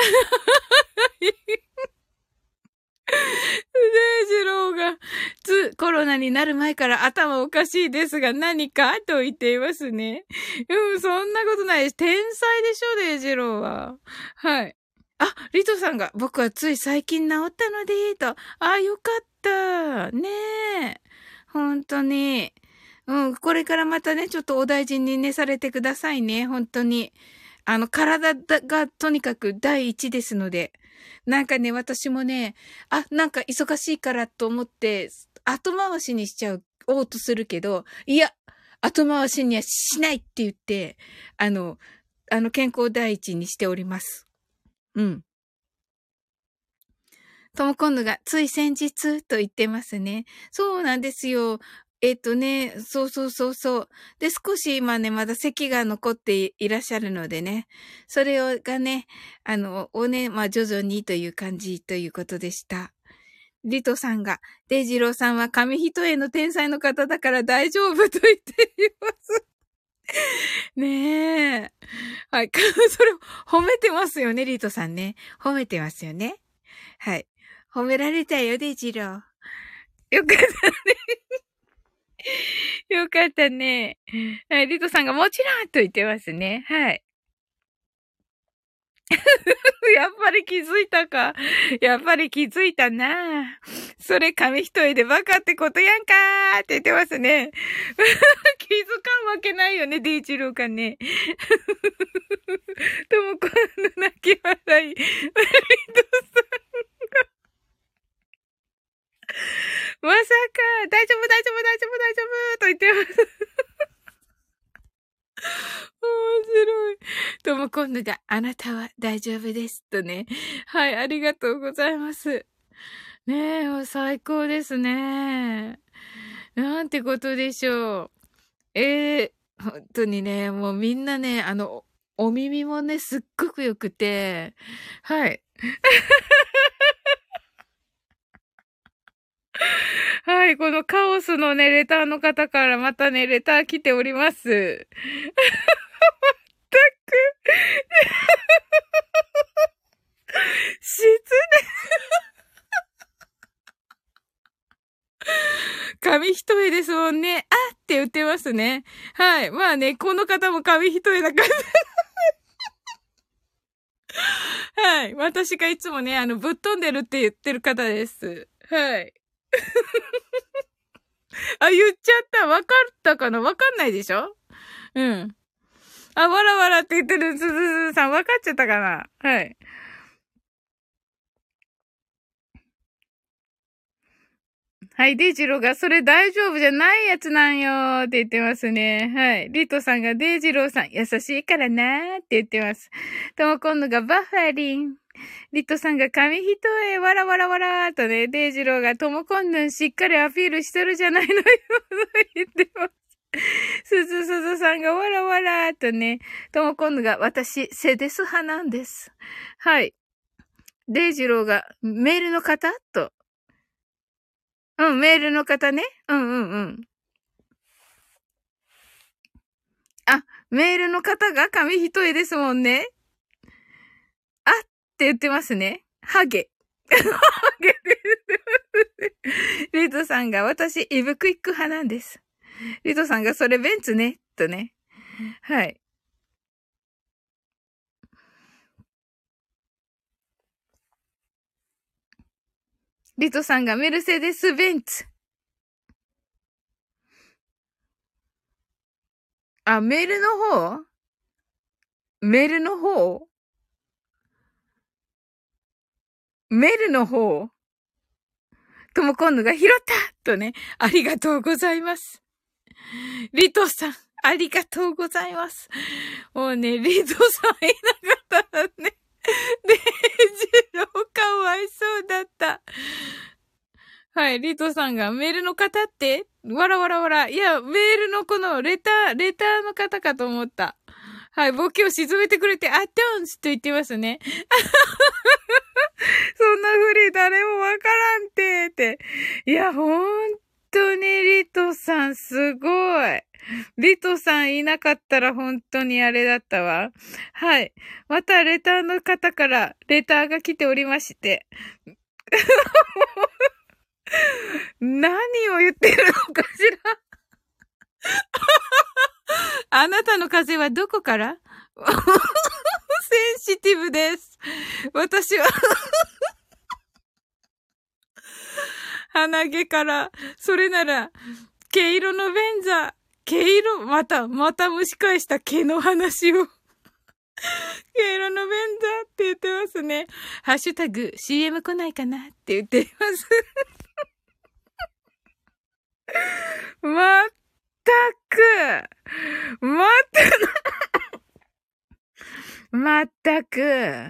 Speaker 1: ジローが、コロナになる前から頭おかしいですが何かと言っていますね。うん、そんなことないです。天才でしょ、デイジローは。はい。あ、リトさんが、僕はつい最近治ったので、と。あ、よかった。ねえ。本当に。うん、これからまたね、ちょっとお大事にね、されてくださいね。本当に。体がとにかく第一ですので。なんかね、私もね、なんか忙しいからと思って、後回しにしちゃおうとするけど、いや、後回しにはしないって言って、あの、健康第一にしております。うん。とも今度がつい先日と言ってますね。そうなんですよ。そう。で、少し今ね、まだ咳が残っていらっしゃるのでね。それがね、まあ、徐々にという感じということでした。 リトさんが、デイジローさんは紙一重の天才の方だから大丈夫と言っています。ねえ。はい。それを褒めてますよね、リトさんね。褒めてますよね。はい。褒められたよ、デイジロー。よかったね。よかったね。はい。リトさんがもちろんと言ってますね。はい。やっぱり気づいたか。やっぱり気づいたな。それ紙一重でバカってことやんかーって言ってますね。気づかんわけないよね、デイジローがね。ともこの泣き笑い。リトさん。まさか、大丈夫、大丈夫、大丈夫、大丈夫と言ってます。面白い。とも今度があなたは大丈夫です。とね。はい、ありがとうございます。ねえ、最高ですね。なんてことでしょう。本当にね、もうみんなね、お耳もね、すっごく良くて、はい。はい、このカオスのね、レターの方からまたね、レター来ております。たく、失礼。紙一重ですもんね。あって言ってますね。はい。まあね、この方も紙一重だから。はい。私がいつもね、ぶっ飛んでるって言ってる方です。はい。あ、言っちゃった。わかったかなわかんないでしょうん。あ、わらわらって言ってるすずすさん、わかっちゃったかなはい。はい、デイジローが、それ大丈夫じゃないやつなんよーって言ってますね。はい。リトさんが、デイジローさん、優しいからなーって言ってます。とも今度が、バッファリン。リトさんが、紙一重、わらわらわらーとね、デイジローが、ともこんぬんしっかりアピールしてるじゃないのよ、と言ってます。すずすずさんが、わらわらーとね、ともこんぬが、私、セデス派なんです。はい。デイジローが、メールの方と。うん、メールの方ね。うんうんうん。あ、メールの方が紙一重ですもんね。あって言ってますね。ハゲ。ハゲです。リトさんが私、イブクイック派なんです。リトさんがそれベンツね。とね。はい。リトさんがメルセデス・ベンツ。あ、メールの方メールの方メールの方とも今度が拾ったとね。ありがとうございます。リトさん、ありがとうございます。もうね、リトさんいなかったらね、デイジローかわいそうだった。はい、リトさんがメールの方ってわらわらわら。いや、メールのこのレターの方かと思った。はい、ボケを沈めてくれて、あ、トンスと言ってますね。そんなふり誰もわからんって。いや、ほんとにリトさんすごい。リトさんいなかったら本当にあれだったわ。はい。またレターの方からレターが来ておりまして。何を言ってるのかしら。あなたの風はどこからセンシティブです。私は鼻毛から、それなら、毛色の便座、毛色、また蒸し返した毛の話を。毛色の便座って言ってますね。ハッシュタグ CM 来ないかなって言っています。まったく、まったく。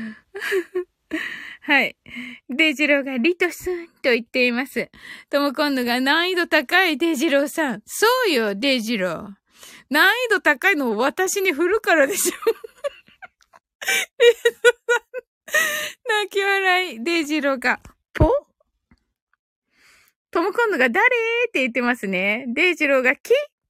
Speaker 1: はい。デイジローがリトスンと言っています。とも今度が難易度高いデイジローさん。そうよ、デイジロー。難易度高いのを私に振るからでしょ。泣き笑い、デイジローが、ポともこんぬが誰って言ってますね。デイジローが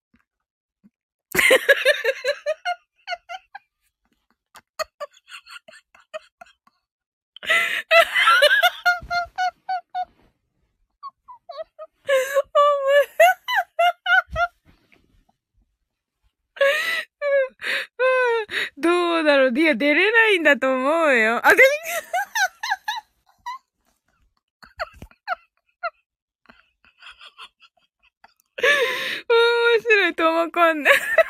Speaker 1: どうだろう。いや、出れないんだと思うよ。面白い、ともこんぬ。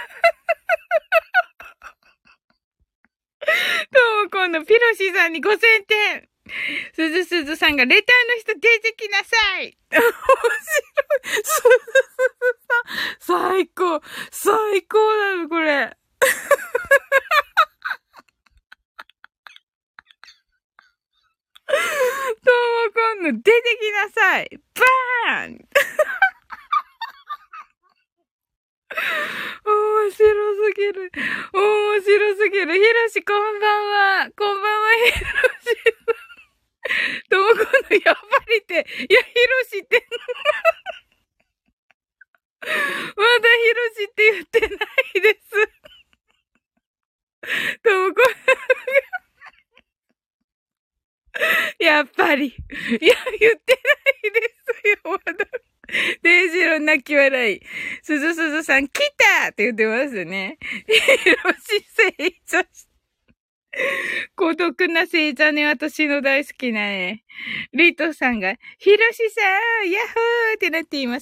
Speaker 1: ともこんぬ、ピロシさんに5000点。すずすずさんが、レターの人出てきなさい。面白い。すずすずさん、最高。最高なの、これ。ともこんぬ、出てきなさい。バーン。面白すぎる。面白すぎる。ひろし、こんばんは。こんばんは、ひろし。ともこんぬ、やっぱりって。いや、ひろしって。まだひろしって言ってないです。ともこんぬ、やっぱり。いや、言ってないですよ、まだ。デイジロー泣き笑い。すずすずさん、来たって言ってますね。ひろし星座。孤独な星座ね、私の大好きなね。リートさんが、ひろしさん、ヤッホーってなっています。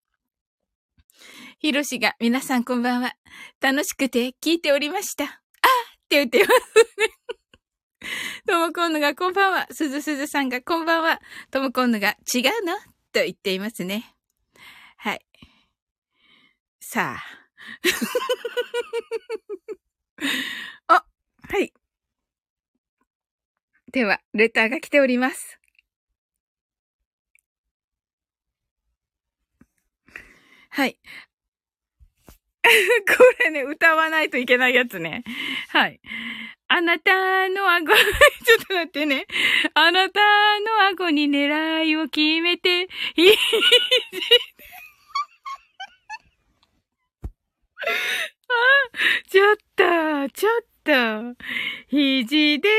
Speaker 1: ひろしが、皆さんこんばんは。楽しくて聞いておりました。あって言ってますね。ともこんぬがこんばんは。すずすずさんがこんばんは。ともこんぬが違うのと言っていますね。はい。さあ。あ、はい。では、レターが来ております。はい。これね、歌わないといけないやつね。はい。あなたの顎、ちょっと待ってね。あなたの顎に狙いを決めて、ちょっと、ちょっと、肘で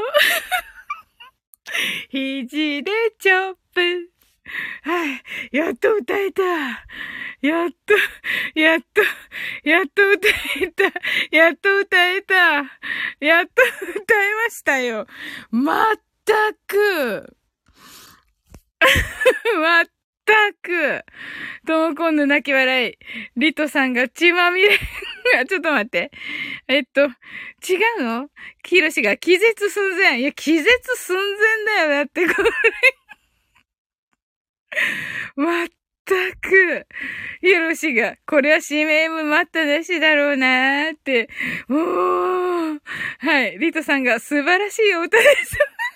Speaker 1: 肘でチョップ。はい。やっと歌えた。やっと、やっと、やっと歌えた。やっと歌えた。やっと歌えましたよ。まったく。まったく。ともこんの泣き笑い。リトさんが血まみれ。ちょっと待って。違うのヒロシが気絶寸前。いや、気絶寸前だよ。だってこれ。まったく。ヒロシが、これは CM 待ったなしだろうなーって。おー。はい。リトさんが素晴らしいお歌です。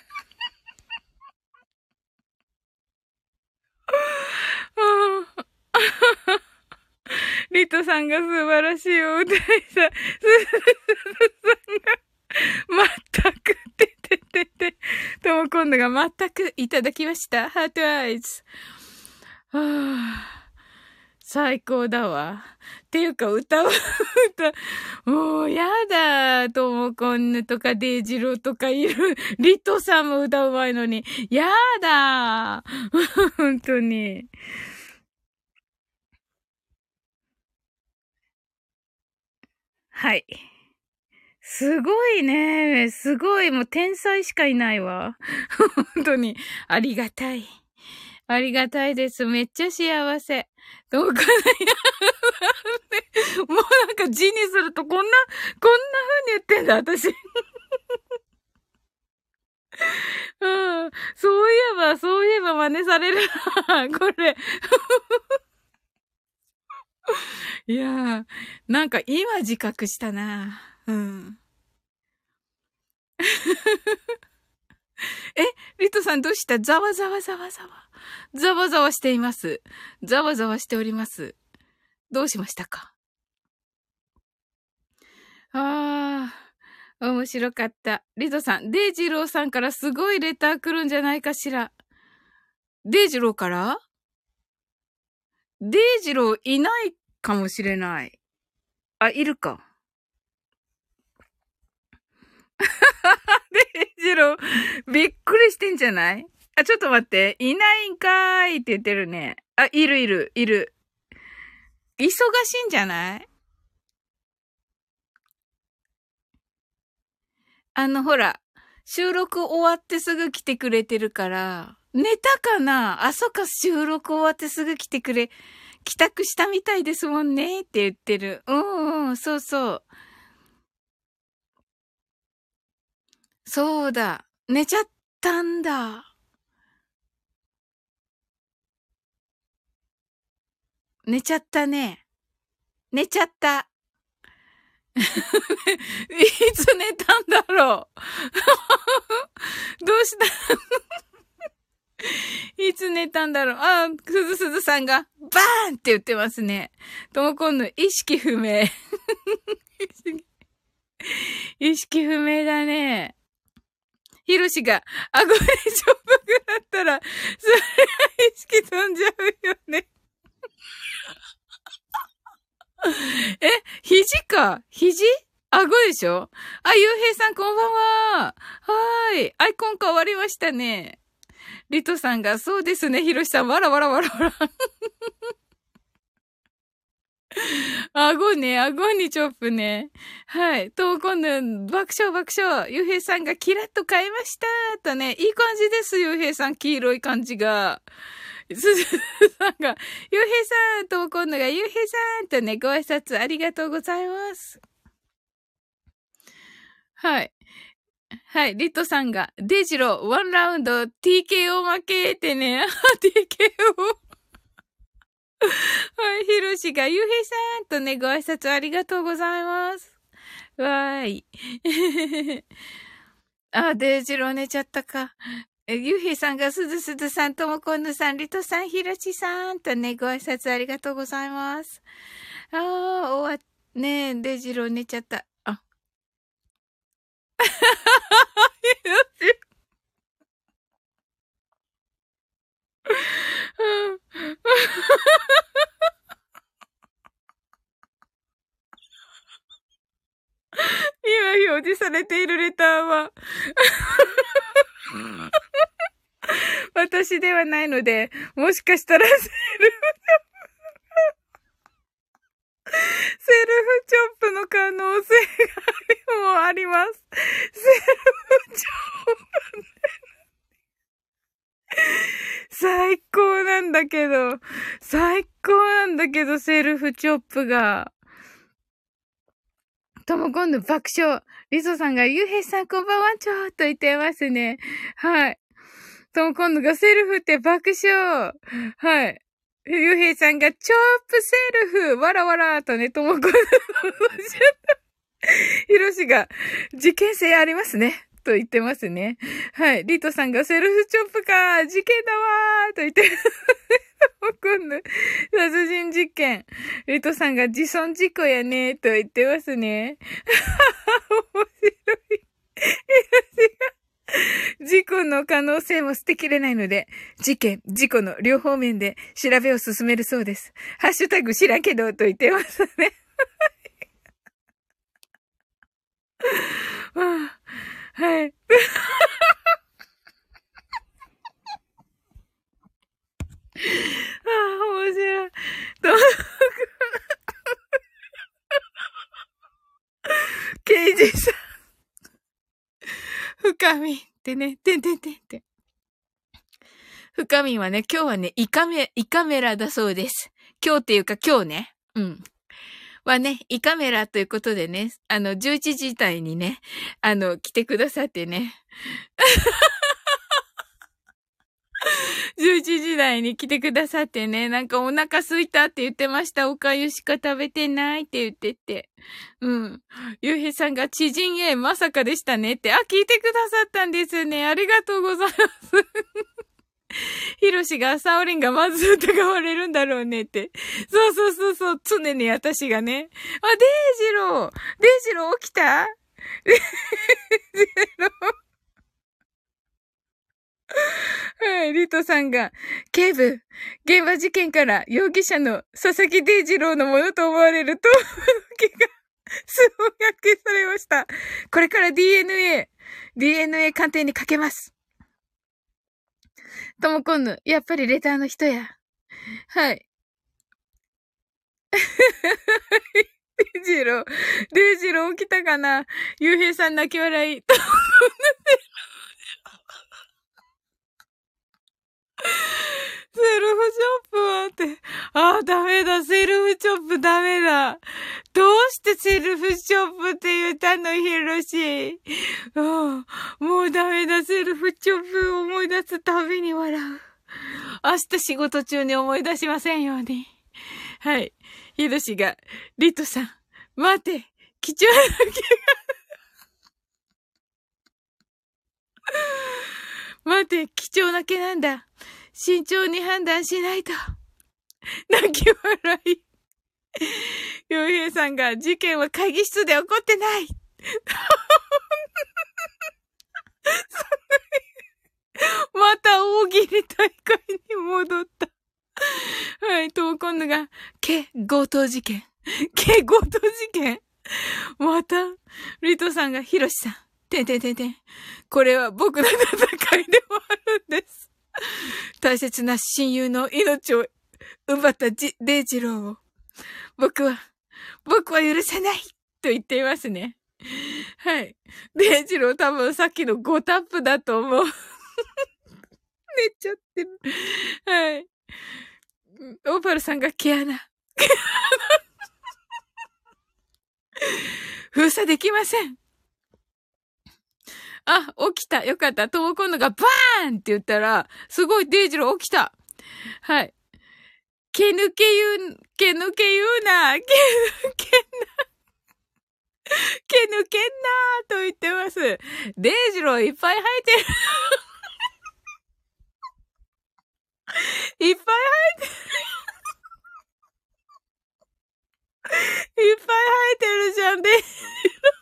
Speaker 1: リトさんが素晴らしいお歌でした。すずさんが、全くて、とも今度が全くいただきました。ハートアイズ。はぁ。最高だわ。っていうか、もうやだ。ともこんぬとかデイジローとかいる。リトさんも歌うまいのに。やだ。本当に。はい。すごいね。すごい。もう天才しかいないわ。本当に。ありがたい。ありがたいです。めっちゃ幸せ。どうかな。もうなんか字にするとこんな風に言ってんだ、私。うん。そういえば真似されるな。これ。いやー、なんか今自覚したな。うん。え、リトさんどうしたざわざわざわざわ。ざわざわしています。ざわざわしております。どうしましたか？ああ、面白かった。リトさん、デイジローさんからすごいレター来るんじゃないかしら。デイジローからデイジローいないかもしれない。あ、いるか。デイジロー、びっくりしてんじゃない？あ、ちょっと待って。いないんかーいって言ってるね。あ、いる。忙しいんじゃない？ほら、収録終わってすぐ来てくれてるから、寝たかなあ、そっか、収録終わってすぐ帰宅したみたいですもんねって言ってる。そうそう。そうだ。寝ちゃったんだ。寝ちゃったね。寝ちゃった。いつ寝たんだろう。どうしたいつ寝たんだろう。あ、すずさんが、バーンって言ってますね。ともこんの意識不明。意識不明だね。ひろしが、顎でしょっぱくなったら、それは意識飛んじゃうよね。え、肘か肘顎でしょ？あ、ゆうへいさんこんばんは。はーい。アイコン変わりましたね。リトさんが、そうですね、ひろしさん、わら。顎にチョップね。はい。と、今度、爆笑。ゆうへいさんがキラッと変えました。とね、いい感じです、ゆうへいさん、黄色い感じが。すずさんが、ゆうへいさんと、今度が、ゆうへいさんとね、ご挨拶ありがとうございます。はい。はい。リトさんが、デジロ、ワンラウンド、TKO 負けってね、TKO。はい。ヒロシが、ゆうへいさんとね、ご挨拶ありがとうございます。わーい。あ、デイジロー寝ちゃったか。ゆうへいさんが、すずさん、ともこんぬさん、リトさん、ひろしさんとね、ご挨拶ありがとうございます。ねえ、デイジロー寝ちゃった。あ。ひろし。今表示されているレターは私ではないので、もしかしたらセルフチョップの可能性がもあります。セルフチョップ最高なんだけど、セルフチョップが。とも今度爆笑。リソさんが、ゆうへいさんこんばんはちょーっと言ってますね。はい。とも今度がセルフって爆笑。はい。ゆうへいさんが、チョープセルフわらわらとね、とも今度ひろしが、事件性ありますね。と言ってますね。はい。リトさんがセルフチョップか事件だわーと言って、今度、殺人事件。リトさんが自損事故やねと言ってますね。面白い。事故の可能性も捨てきれないので、事件、事故の両方面で調べを進めるそうです。ハッシュタグ知らんけどと言ってますね。はい。面白い。ケイジさん。深みってね、てんって。深みはね、今日はね、胃カメラだそうです。今日っていうか今日ね。うん。はね、胃カメラということでね、11時台にね、来てくださってね。11時台に来てくださってね、なんかお腹空いたって言ってました。おかゆしか食べてないって言ってて。うん。ゆうへいさんが知人へまさかでしたねって。あ、聞いてくださったんですね。ありがとうございます。ひろしが、サオリンがまず疑われるんだろうねって。そう。常に私がね。あ、デイジロー起きたデイジローはい、リトさんが、警部、現場事件から容疑者の佐々木デイジローのものと思われる頭部の毛が数本発見されました。これから DNA 鑑定にかけます。ともこんぬ、やっぱりレターの人や。はい。デイジロー起きたかな。ゆうへいさん泣き笑い。セルフショップはって。ダメだ。セルフショップダメだ。どうしてセルフショップって言ったの、ヒロシ。もうダメだ。セルフショップを思い出すたびに笑う。明日仕事中に思い出しませんように。はい。ヒロシが、リトさん、待て。貴重な毛が。待て、貴重な毛なんだ。慎重に判断しないと。泣き笑い。洋平さんが、事件は会議室で起こってない。また大喜利大会に戻った。はい、ともこんぬが、強盗事件。強盗事件また、リトさんが、ヒロシさん。これは僕の戦いでもあるんです。大切な親友の命を奪ったデイジローを、僕は許せないと言っていますね。はい。デイジロー多分さっきの5タップだと思う。寝ちゃってる。はい。オーパルさんが毛穴。封鎖できません。起きた。よかった。ともこんのがバーンって言ったら、すごいデイジロー起きた。はい。毛抜け言うな。毛抜けんなーと言ってます。デイジローいっぱい生えてる。いっぱい生えてる。いっぱい生えてるじゃん、デイジロー。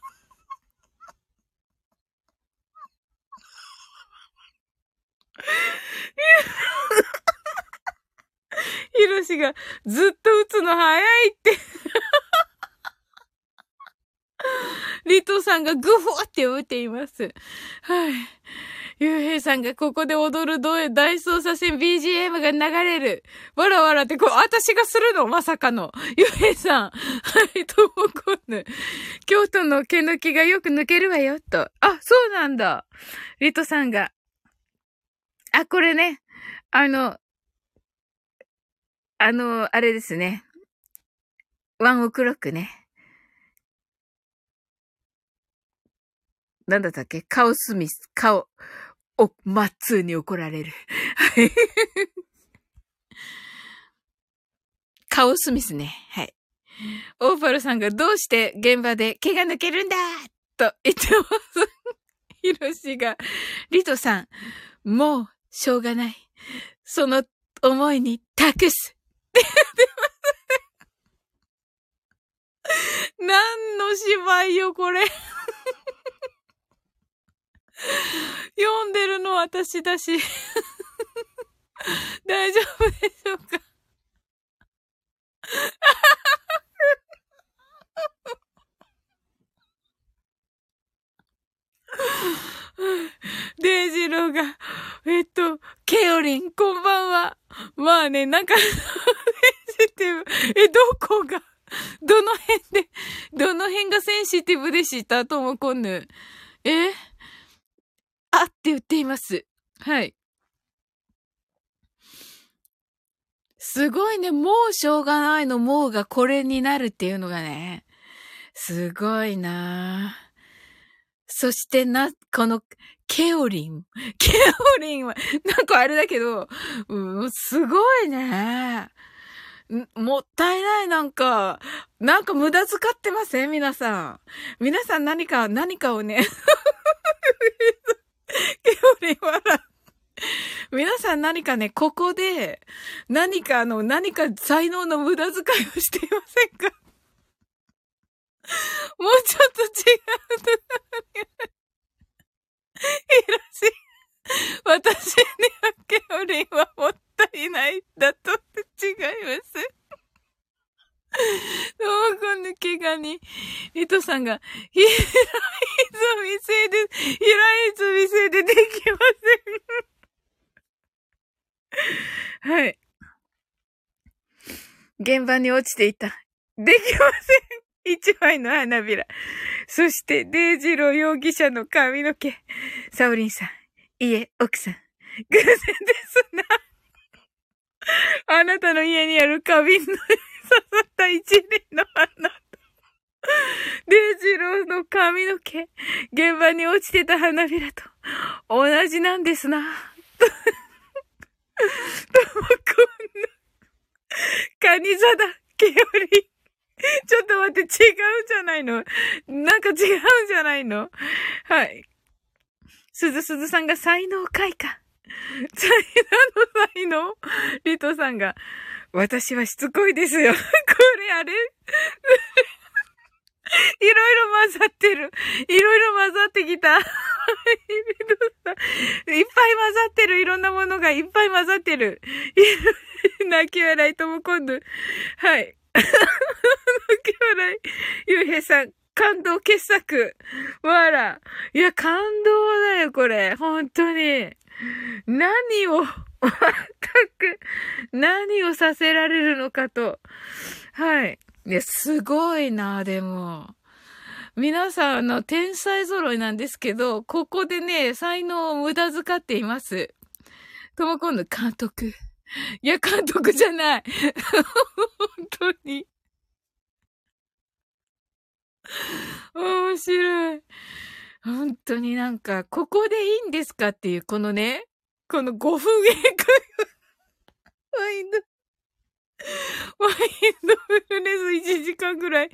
Speaker 1: ヒロシがずっと打つの早いって。リトさんがグフって打っています。はい。ゆうへいさんがここで踊る大捜査線 BGM が流れる。わらわらって私がするのまさかの。ゆうへいさん。はい、ともこんぬ。京都の毛抜きがよく抜けるわよ、と。そうなんだ。リトさんが。これね。あれですね。ワンオクロックね。なんだったっけ？カオスミス、マッツーに怒られる。はい。カオスミスね。はい。オーパルさんがどうして現場で毛が抜けるんだと言ってます。ヒロシが、リトさん、もうしょうがない。その思いに託す。何の芝居よ、これ。読んでるの私だし。大丈夫でしょうか。デイジローが、ケオリン、こんばんは。まあね、なんか、センシティブ。どこが、どの辺がセンシティブでしたともこんぬ。って言っています。はい。すごいね、もうしょうがないの、もうがこれになるっていうのがね、すごいなぁ。そしてこの、ケオリンは、なんかあれだけど、すごいね。もったいない、なんか無駄遣ってません？皆さん何かをね、ケオリン笑皆さん何かね、ここで、何か才能の無駄遣いをしていませんか？もうちょっと違う。いらしい。私、 欄に、リトさんが、平泉せいで、平泉せいでできません。はい。現場に落ちていた。できません。一枚の花びら。そして、デイジロー容疑者の髪の毛。サオリンさん。いえ、奥さん。偶然ですな。あなたの家にある花瓶の刺さった一輪の花と、デイジローの髪の毛。現場に落ちてた花びらと、同じなんですな。ともこんな。カニ座だ、ケオリ。ちょっと待って、違うじゃないの。なんか違うじゃないの。はい。すずすずさんが才能開花。才能リトさんが、私はしつこいですよ。これあれいろいろ混ざってる。いろいろ混ざってきた。リトさん。いっぱい混ざってる。いろんなものがいっぱい混ざってる。泣き笑いとも今度。はい。泣き笑い。ゆうへいさん。感動傑作。わら。いや、感動だよ、これ。本当に。何を、全く、何をさせられるのかと。はい。いや、すごいな、でも。皆さん天才揃いなんですけど、ここでね、才能を無駄遣っています。とも今度、監督。いや、監督じゃない。本当に。面白い。本当になんか、ここでいいんですかっていう、このね、この5分英会話。ワインドフルネス1時間ぐらい。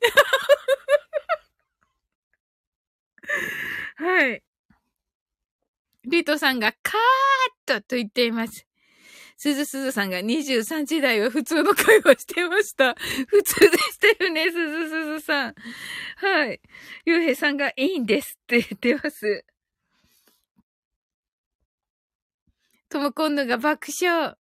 Speaker 1: はい。リトさんがカーットと言っています。すずさんが23時台は普通の会話してました。普通でしたよね、すずさん。はい。ゆうへいさんがいいんですって言ってます。ともこんぬが爆笑。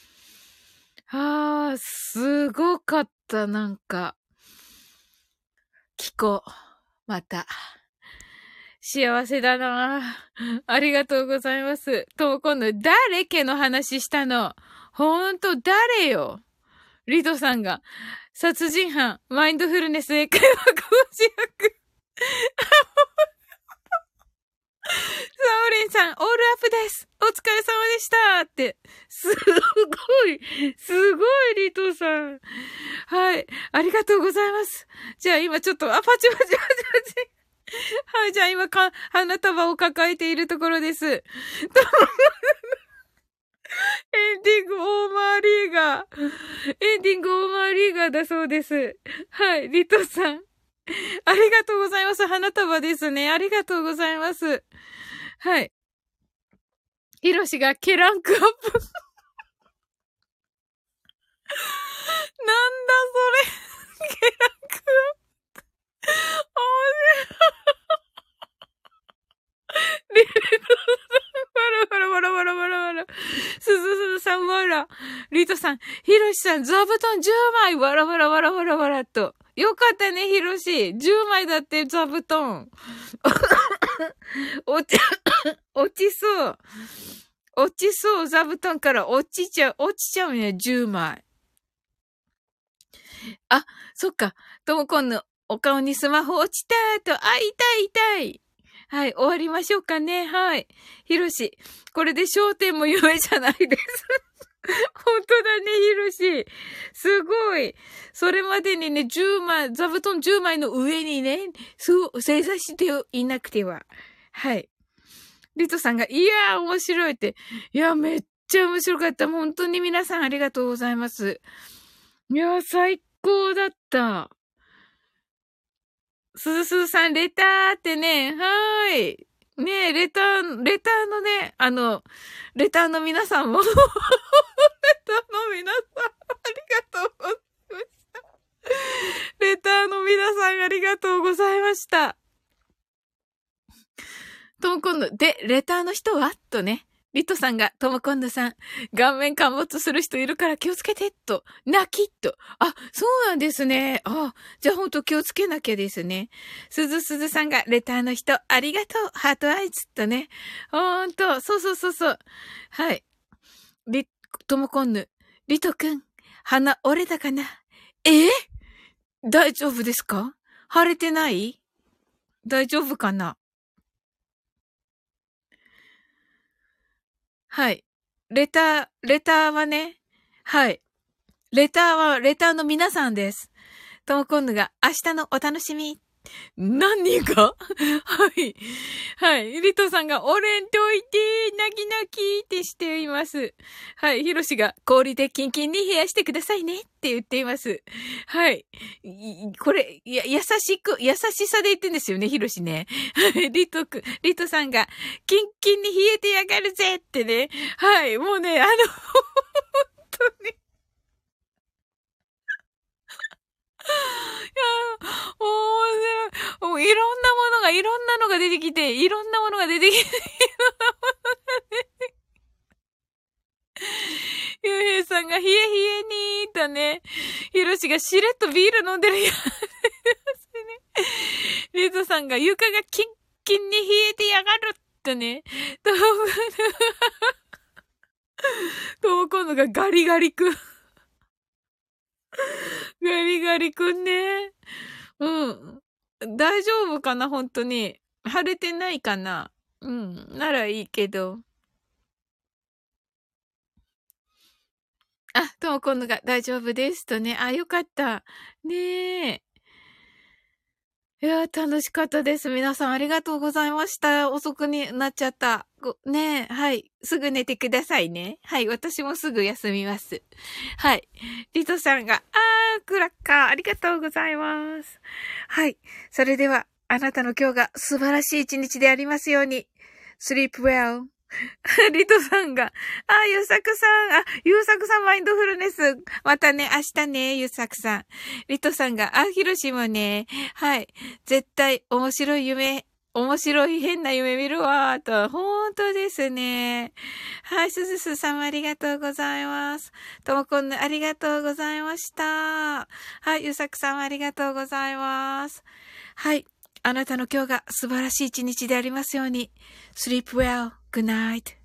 Speaker 1: すごかった、なんか。聞こう。また。幸せだな。ありがとうございます。とも今度、誰家の話したの？ほんと、誰よ？リトさんが、殺人犯、マインドフルネス英会話講師役。サオリンさん、オールアップです。お疲れ様でしたって。すごい、リトさん。はい。ありがとうございます。じゃあ今ちょっと、パチ。はい、じゃあ今花束を抱えているところです。エンディングオーマーリーガー。エンディングオーマーリーガーだそうです。はい、リトさん。ありがとうございます。花束ですね。ありがとうございます。はい。ヒロシがケランクアップ。なんだそれ。ケランクアップ。面白い。リトさん、わら。すずさん、わら。リトさん、ヒロシさん、座布団10枚、わらと。よかったね、ヒロシ。10枚だって、座布団。落ちそう、座布団から落ちちゃうね、10枚。あ、そっか。ともこんのお顔にスマホ落ちたと、痛い。はい、終わりましょうかね。はい。ひろし、これで焦点も夢じゃないです。本当だね、ひろし。すごい。それまでにね、10枚、座布団10枚の上にね、正座していなくては。はい。リトさんが、いやー、面白いって。いや、めっちゃ面白かった。本当に皆さんありがとうございます。いやー、最高だった。すずさん、レターってね、はーい。ねえ、レターのね、レターの皆さんも、レターの皆さん、ありがとうございました。レターの皆さん、ありがとうございました。とも今度、で、レターの人はとね、 リトさんが、ともこんぬさん、顔面陥没する人いるから気をつけて、と、泣き、と。あ、そうなんですね。あ、じゃあほんと気をつけなきゃですね。すずすずさんが、レターの人、ありがとう、ハートアイズ、とね。ほんと、そうそうそうそう。はい。ともこんぬ、リトくん、鼻折れたかな？大丈夫ですか？腫れてない？大丈夫かな？はい。レターはね、はい。レターの皆さんです。ともこんぬが明日のお楽しみ。何人かはい。はい。リトさんがおれんといて、泣き泣きってしています。はい。ヒロシが氷でキンキンに冷やしてくださいねって言っています。はい。これ、優しさで言ってんですよね、ヒロシね。リトさんがキンキンに冷えてやがるぜってね。はい。もうね、本当に。もういろんなものが、いろんなのが出てきて、いろんなものが出てきて、ゆうへいさんが冷え冷えにーとね、ひろしがしれっとビール飲んでるやつね。リゾさんが床がキンキンに冷えてやがるとね、ともこんのがガリガリくん。ガリガリくんね。うん。大丈夫かな本当に。腫れてないかな？うん。ならいいけど。あ、ともこんのが大丈夫ですとね。あ、よかった。ねえ。いや、楽しかったです。皆さんありがとうございました。遅くになっちゃった。ねえ、はい。すぐ寝てくださいね。はい。私もすぐ休みます。はい。リトさんが、クラッカー、ありがとうございます。はい。それでは、あなたの今日が素晴らしい一日でありますように。sleep well. リトさんが、ゆうさくさん、ゆうさくさんマインドフルネス。またね、明日ね、ゆうさくさん。リトさんが、ひろしもね、はい。絶対面白い変な夢見るわーと。本当ですね。はい、すずすさんもありがとうございます。ともこんぬありがとうございました。はい、ゆうさくさんもありがとうございます。はい。あなたの今日が素晴らしい一日でありますように。sleep well. Good night.